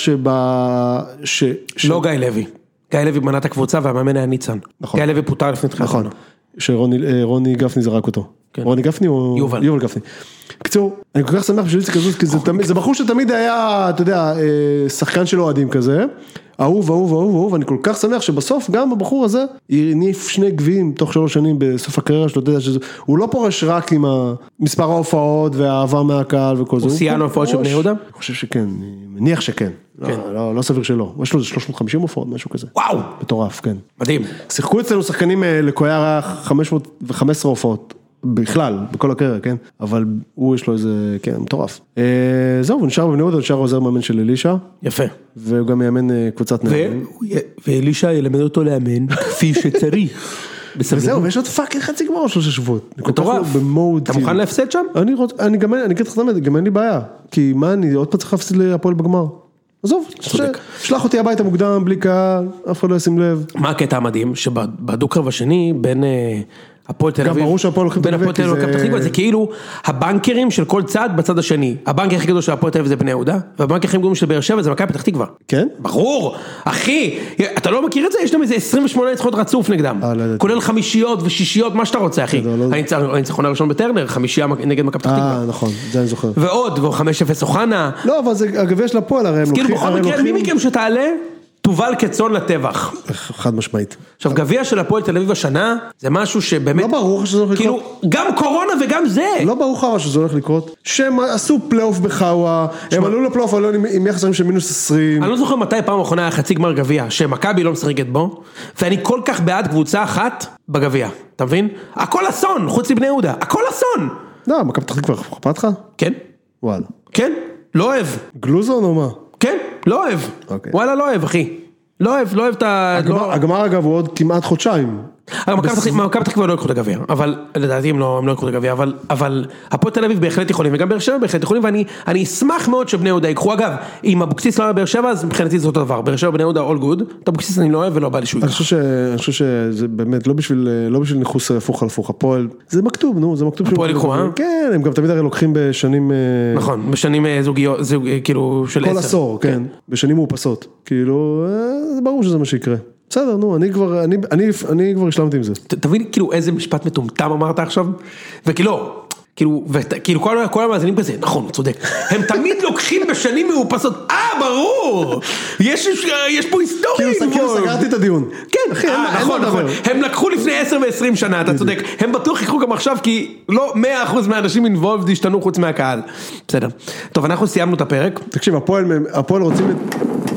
לא גיא לוי. גיא לוי בנה את הקבוצה והמאמן היה ניצן. גיא לוי פוטר לפני תחילת העונה. שרוני גפני זרק אותו. רוני גפני או... יובל גפני. בקיצור, אני כל כך שמח בשביל איציק עזוז, כי זה בחור שתמיד היה, אתה יודע, שחקן של אוהדים כזה, אהוב, ואני כל כך שמח שבסוף גם הבחור הזה יניף 2 גביעים תוך 3 שנים בסוף הקריירה שלו, אתה יודע שהוא לא פורש רק עם מספר ההופעות והאהבה מהקהל וכל זה. הוא סייע ההופעות של בני יהודה? אני חושב שכן, אני מניח שכן, לא סביר שלא, יש לו 350 הופעות, משהו כזה. וואו! מטורף, כן. מדהים. שיחקו אצלנו שחקנים לקויארה 515 הופעות. בכלל, בכל הקריירה, כן? אבל הוא יש לו איזה, כן, מטורף. זהו, הוא נשאר בבני יהודה, נשאר עוזר מאמן של אלישע. יפה. והוא גם יאמן קבוצת נאמנים. ואלישע ילמד אותו לאמן כפי שצריך. וזהו, ויש עוד פאקינג חצי גמר 3 שבועות. מטורף. אתה מוכן להפסד שם? אני גם אין לי בעיה. כי מה, אני עוד פעם צריך להפסיד להפועל בגמר. עזוב, שלח אותי הביתה מוקדם, בלי קהל, אף אחד לא ישים לב. מה הקטע המדהים? שבדו-קרב השני, בין הפועל תל אביב, גם ברור שהפועל לוקחים בין הפועל תל אביב לקו פתח תקווה, זה כאילו הבנקרים של כל צד בצד השני. הבנקר הכי גדול של הפועל תל אביב זה בני יהודה, והבנקר הכי גדול של באר שבע זה מכבי פתח תקווה. כן? ברור, אחי, אתה לא מכיר את זה? יש להם איזה 28 ניצחונות רצוף נגדם, כולל 5 ו6, מה שאתה רוצה, אחי. הניצחון הראשון בטרנר, 5 נגד מכבי פתח תקווה. נכון, זה אני זוכר. ועוד, ו5-0 אוחנה. לא, אבל זה הגביע של הפועל, הרי הם כאילו בכל מקרה, מי מכם שתעלה, תובל כצאן לטבח. חד משמעית. עכשיו, גביע של הפועל תל אביב השנה, זה משהו שבאמת... לא ברור שזה הולך לקרות. כאילו, גם קורונה וגם זה. לא ברור לך שזה הולך לקרות. שהם עשו פלייאוף בחאווה, הם עלו לפלייאוף עם יחסים של מינוס 20. אני לא זוכר מתי פעם האחרונה היה חצי גמר גביע, שמכבי לא משחקת בו, ואני כל כך בעד קבוצה אחת בגביע, אתה מבין? הכל אסון, חוץ מבני יהודה, הכל אסון. לא, מכבי פתח תקווה אכפת לך? כן. וואלה. כן, לא אוהב. גלוזון או מה? כן, לא אוהב. אוקיי. וואלה, לא אוהב, אחי. לא אוהב את ה... הגמר אגב הוא עוד כמעט חודשיים. מכבי פתח תקווה לא יקחו את הגביע, אבל לדעתי הם לא יקחו את הגביע, אבל הפועל תל אביב בהחלט יכולים, וגם באר שבע בהחלט יכולים, ואני אשמח מאוד שבני יהודה יקחו. אגב, אם אבוקסיס לא היה באר שבע, אז מבחינתי זה אותו דבר, באר שבע בני יהודה all good, את אבוקסיס אני לא אוהב ולא בא לי שהוא ייקח. אני חושב שזה באמת לא בשביל ניחוס הפוך על הפוך, הפועל, זה מכתוב, נו, זה מכתוב. הפועל יקחו, כן, הם גם תמיד הרי לוקחים בשנים... נכון, בשנים זוגיות, כאילו של 10. כל עשור, כן, בשנים מאופסות, כאילו, זה ברור שזה מה שיקרה. בסדר, נו, אני כבר השלמתי עם זה. תבין כאילו איזה משפט מטומטם אמרת עכשיו, וכאילו, כל המאזינים כזה, נכון, צודק, הם תמיד לוקחים בשנים מאופסות, ברור, יש פה היסטוריה. כאילו סגרתי את הדיון. כן, אחי, נכון, הם לקחו לפני 10 ו-20 שנה, אתה צודק, הם בטוח יקחו גם עכשיו, כי לא 100% מהאנשים אינבולבד השתנו חוץ מהקהל. בסדר. טוב, אנחנו סיימנו את הפרק. תקשיב, הפועל רוצים את...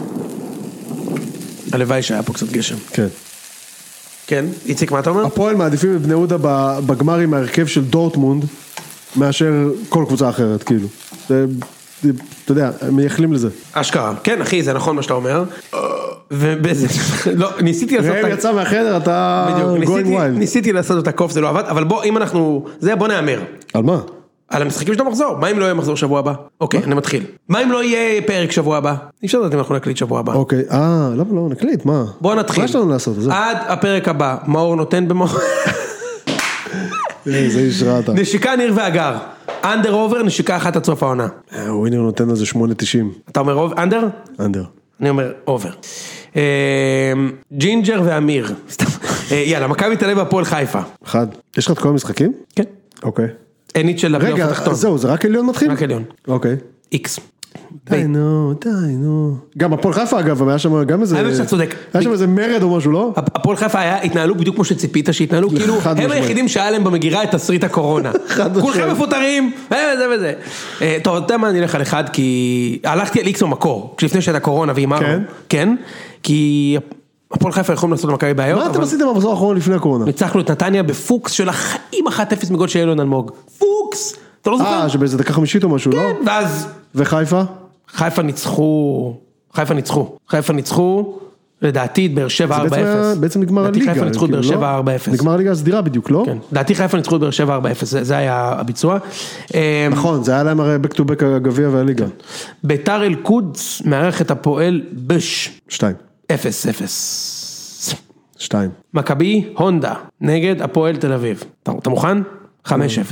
הלוואי שהיה פה קצת גשם. כן. כן, איציק, מה אתה אומר? הפועל מעדיפים את בני יהודה בגמר עם ההרכב של דורטמונד, מאשר כל קבוצה אחרת, כאילו. אתה יודע, הם מייחלים לזה. אשכרה. כן, אחי, זה נכון מה שאתה אומר. ובזה, לא, ניסיתי לעשות... ראם יצא מהחדר, אתה going wild. ניסיתי לעשות את הקוף, זה לא עבד, אבל בוא, אם אנחנו... בוא נאמר. על מה? על המשחקים שאתה מחזור. מה אם לא יהיה מחזור שבוע הבא? אוקיי, אני מתחיל. מה אם לא יהיה פרק שבוע הבא? אי אפשר לדעת אם אנחנו נקליט שבוע הבא. אוקיי, לא, נקליט, מה? בוא נתחיל. מה יש לנו לעשות? עד הפרק הבא, מאור נותן במאור... זה איש רעתה. נשיקה ניר ואגר. אנדר אובר, נשיקה אחת עד סוף העונה. ווינר נותן לזה 8.90. אתה אומר אנדר? אנדר. אני אומר אובר. ג'ינג'ר ואמיר. יאללה, מכבי תל אביב הפועל חיפה. אחד. יש לך את כל המשחקים? כן. אוקיי. אין של הפלייאוף התחתון. רגע, זהו, זה רק עליון מתחיל? רק עליון. אוקיי. איקס. די נו. גם הפועל חיפה אגב, היה שם גם איזה... האמת שאתה צודק. היה שם איזה מרד או משהו, לא? הפועל חיפה התנהלו בדיוק כמו שציפית שהתנהלו, כאילו הם היחידים שהיה להם במגירה את תסריט הקורונה. כולכם מפוטרים, וזה וזה. טוב, אתה יודע מה, אני אלך על אחד, כי הלכתי על איקס במקור, כשלפני שהייתה קורונה ואימרנו. כן? כי... הפועל חיפה יכולים לעשות למכבי בעיות. מה אתם עשיתם במחזור האחרון לפני הקורונה? ניצחנו את נתניה בפוקס של החיים 1-0 מגול של אילון אלמוג. פוקס! אתה לא זוכר? שבאיזה דקה 50 או משהו, לא? כן, ואז... וחיפה? חיפה ניצחו, לדעתי באר שבע 4-0. בעצם נגמר הליגה. לדעתי חיפה ניצחו באר שבע 4-0. נגמר הליגה הסדירה בדיוק, לא? כן, לדעתי חיפה ניצחו באר שבע 4-0, זה היה הביצוע. נכון, זה היה להם הרי back to back הגביע והליגה. ביתר אל-קודס מארח את הפועל 2. 0-0. 2. מכבי הונדה נגד הפועל תל אביב. אתה מוכן? 5-0.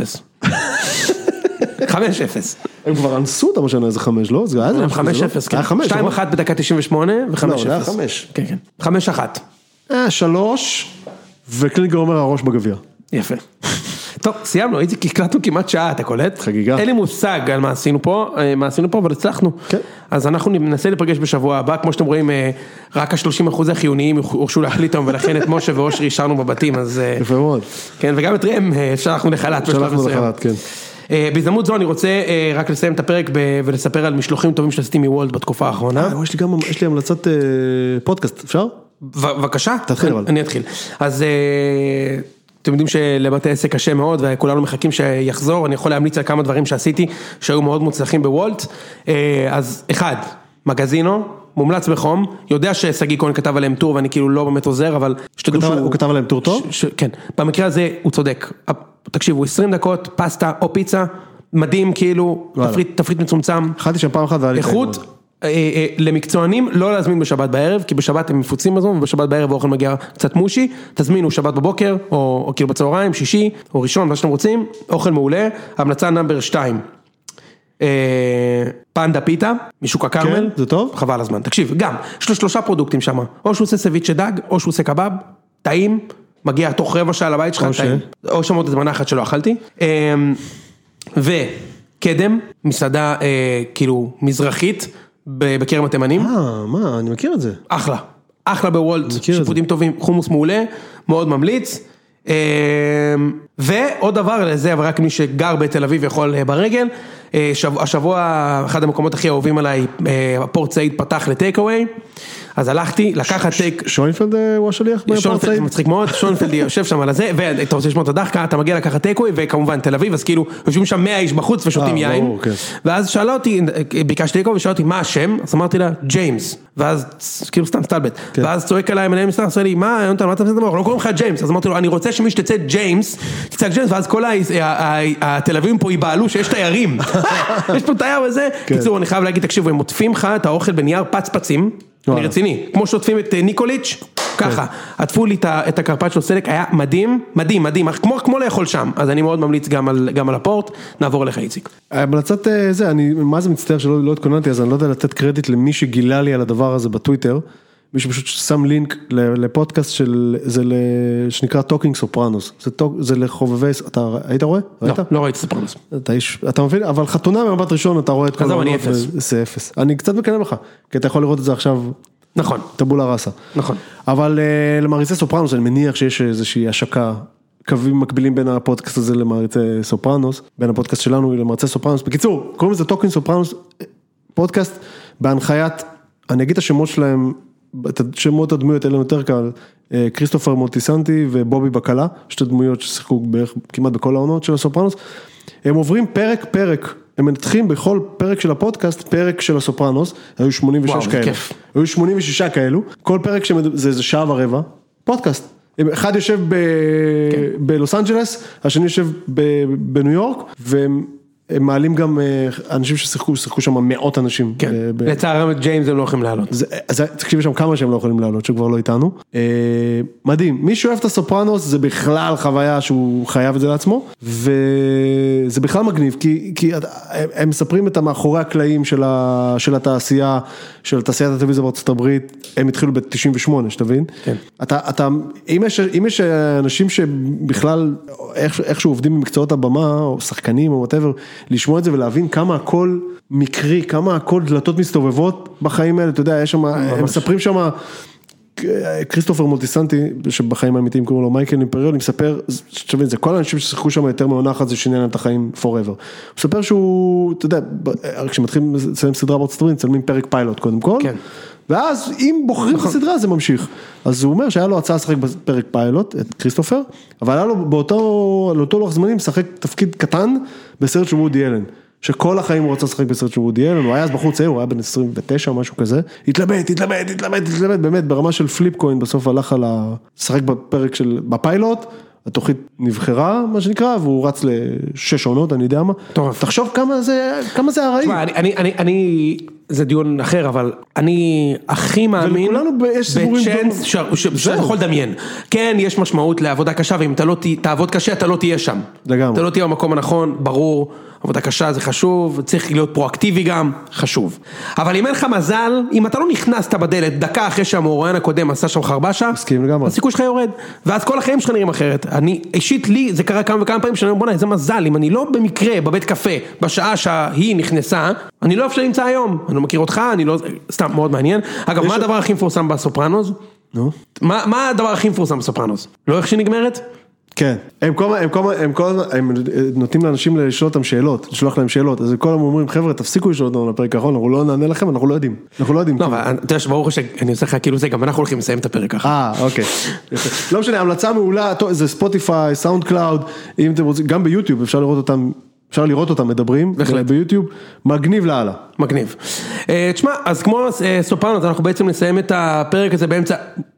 5-0. הם כבר אנסו אותם השנה איזה 5, לא? זה היה 5-0, כן. 2-1 בדקה 98 ו-5-0. לא, זה היה 5. כן, כן. 5-1. 3, וקלינגר אומר הראש בגביע. יפה. טוב, סיימנו, הייתי הקלטנו כמעט שעה, אתה קולט? חגיגה. אין לי מושג על מה עשינו פה, אבל הצלחנו. כן. אז אנחנו ננסה לפגש בשבוע הבא, כמו שאתם רואים, רק ה-30% החיוניים הורשו להחליט אותם, ולכן את משה ואושרי השארנו בבתים, אז... יפה מאוד. כן, וגם את ראם, שלחנו לחל"ת. שלחנו לחל"ת, כן. בהזדמנות זו אני רוצה רק לסיים את הפרק ולספר על משלוחים טובים שעשיתי מוולט בתקופה האחרונה. יש לי המלצת פודקאסט, אפשר? בבקשה. תתחיל אבל. אני אתחיל. אז אתם יודעים שלבתי עסק קשה מאוד וכולנו מחכים שיחזור, אני יכול להמליץ על כמה דברים שעשיתי שהיו מאוד מוצלחים בוולט. אז אחד, מגזינו, מומלץ בחום, יודע שסגי כהן כתב עליהם טור ואני כאילו לא באמת עוזר, אבל שתדעו שהוא... הוא כתב עליהם טור טוב? כן, במקרה הזה הוא צודק. תקשיבו, 20 דקות, פסטה או פיצה, מדהים כאילו, תפריט מצומצם. אכלתי שם פעם אחת והיה לי איכות, למקצוענים לא להזמין בשבת בערב, כי בשבת הם מפוצים בזמן, ובשבת בערב האוכל מגיע קצת מושי, תזמינו שבת בבוקר, או כאילו בצהריים, שישי, או ראשון, מה שאתם רוצים, אוכל מעולה, המלצה נאמבר 2. פנדה פיתה, משוק הכרמל. כן, זה טוב? חבל הזמן, תקשיב, גם, יש לו 3 פרודוקטים שם, או שהוא עושה סביצ'ה דג, או שהוא עושה קבב, טעים, מגיע תוך רבע שעה לבית שלך, טעים, או שמות את מנה אחת שלא אכלתי, וקדם, מסעדה כאילו מזרחית, בכרם התימנים. מה, אני מכיר את זה. אחלה, אחלה בוולט, שיפוטים טובים, חומוס מעולה, מאוד ממליץ. ועוד דבר לזה, אבל רק מי שגר בתל אביב יכול ברגל, השבוע אחד המקומות הכי אהובים עליי, פורט סעיד פתח לטייקאווי, אז הלכתי לקחת טייק... שוינפלד הוא השליח בפורט סעיד? מצחיק מאוד, שוינפלד יושב שם על הזה, ואתה רוצה לשמוע את הדחקה, אתה מגיע לקחת טייקאווי, וכמובן תל אביב, אז כאילו יושבים שם 100 איש בחוץ ושותים יין, ואז שאלה אותי, ביקשתי טייקאווי ושאלה אותי מה השם, אז אמרתי לה ג'יימס, ואז כאילו סתם סטלבט, ואז צועק עליי מנהל מסתר, עושה לי מה, יונתן, מה אתה מסתר? לא קוראים לך ג'יימס, אז אמרתי לו, אני רוצה שמי שתצא ג'יימס, תצא ג'יימס, ואז כל התל אביבים פה ייבעלו שיש תיירים, יש פה תייר וזה, קיצור, אני חייב להגיד, תקשיבו, הם מוטפים לך את האוכל בנייר פצפצים, אני רציני, כמו שעוטפים את ניקוליץ', ככה, עטפו לי את הקרפצ'ו סלק, היה מדהים, מדהים, מדהים, כמו לאכול שם, אז אני מאוד ממליץ גם על הפורט, נעבור אליך איציק. המלצת זה, אני מה זה מצטער שלא התכוננתי, אז אני לא יודע לתת קרדיט למי שגילה לי על הדבר הזה בטוויטר, מי שפשוט שם לינק לפודקאסט שנקרא טוקינג סופרנוס, זה לחובבי, אתה היית רואה? לא ראיתי סופרנוס. אתה מבין, אבל חתונה במבט ראשון אתה רואה את כל העונות, זה אפס. אני קצת מקנא לך, כי אתה יכול לראות את זה עכשיו, נכון. טבולה ראסה. נכון. אבל למעריצי סופרנוס, אני מניח שיש איזושהי השקה, קווים מקבילים בין הפודקאסט הזה למעריצי סופרנוס, בין הפודקאסט שלנו למעריצי סופרנוס. בקיצור, קוראים לזה טוקינג סופרנוס, פודקאסט בהנחיית, אני אגיד את השמות שלהם, את שמות הדמויות האלה יותר קל, כריסטופר מולטיסנטי ובובי בקלה, שתי דמויות ששיחקו בערך כמעט בכל העונות של הסופרנוס, הם עוברים פרק, הם מנתחים בכל פרק של הפודקאסט, פרק של הסופרנוס, היו 86 כאלו, היו 86 כאלו, כל פרק זה שעה ורבע, פודקאסט, אחד יושב בלוס אנג'לס, השני יושב בניו יורק, והם מעלים גם אנשים ששיחקו שם מאות אנשים. כן, לצערם את ג'יימס הם לא יכולים לעלות. אז תקשיבי שם כמה שהם לא יכולים לעלות, שכבר לא איתנו. מדהים, מי שאוהב את הסופרנוס, זה בכלל חוויה שהוא חייב את זה לעצמו, וזה בכלל מגניב, כי הם מספרים את המאחורי הקלעים של התעשייה, של תעשיית הטלוויזיה בארצות הברית, הם התחילו ב-98, שתבין? כן. אם יש אנשים שבכלל, איכשהו עובדים במקצועות הבמה, או שחקנים, או whatever, לשמוע את זה ולהבין כמה הכל מקרי, כמה הכל דלתות מסתובבות בחיים האלה, אתה יודע, יש שם, הם מספרים שם, כריסטופר מולטיסנטי, שבחיים האמיתיים קוראים לו מייקל אימפריול, אני מספר, שתבין, זה כל האנשים ששיחקו שם יותר מעונה אחת, זה שינה להם את החיים forever. הוא מספר שהוא, אתה יודע, כשמתחילים לצלם סדרה בארצות הברית, מצלמים פרק פיילוט קודם כל, ואז אם בוחרים את הסדרה זה ממשיך. אז הוא אומר שהיה לו הצעה לשחק בפרק פיילוט, את כריסטופר, אבל היה לו באותו לוח זמנים לשחק תפקיד קטן בסרט של וודי אלן, שכל החיים הוא רצה לשחק בסרט של וודי אלן, הוא היה אז בחור צעיר, הוא היה בן 29 או משהו כזה, התלבט, באמת ברמה של פליפ קוין, בסוף הלך על לשחק בפרק של, בפיילוט, התוכנית נבחרה, מה שנקרא, והוא רץ ל6 עונות, אני יודע מה. תחשוב כמה זה הראי. זה דיון אחר, אבל אני הכי מאמין בצ'אנס שאתה יכול לדמיין. כן, יש משמעות לעבודה קשה, ואם אתה לא תעבוד קשה, אתה לא תהיה שם. לגמרי. אתה לא תהיה במקום הנכון, ברור, עבודה קשה זה חשוב, צריך להיות פרואקטיבי גם, חשוב. אבל אם אין לך מזל, אם אתה לא נכנסת בדלת, דקה אחרי שהמרואיין הקודם עשה שם חרבשה, הסיכוי שלך יורד, ואז כל החיים שלך נראים אחרת. אני, אישית לי, זה קרה כמה וכמה פעמים, שאני אומר, בוא נה, איזה מזל, אם אני לא במקרה, בבית קפה, בשעה שהיא נכנסה, אני לא אפשר למצא היום, אני לא מכיר אותך, אני לא, סתם, מאוד מעניין. אגב, מה הדבר הכי מפורסם בסופרנוס? מה הדבר הכי מפורסם בסופרנוס? לא איך שהיא נגמרת? כן, הם נותנים לאנשים לשאול אותם שאלות, לשלוח להם שאלות, אז כל הם אומרים, חבר'ה, תפסיקו לשאול אותנו לפרק האחרון, אנחנו לא נענה לכם, אנחנו לא יודעים. לא, אבל אתה יודע שברור שאני עושה לך כאילו זה, גם אנחנו הולכים לסיים את הפרק ככה. אוקיי. לא משנה, המלצה מעולה, זה ספוטיפיי, סאונד קלאוד, אם אתם רוצים, גם ביוטיוב אפשר לראות אותם מדברים, ביוטיוב, מגניב להלאה. מגניב. תשמע, אז כמו סופרנוס, אנחנו בעצם נסיים את הפרק הזה באמצע,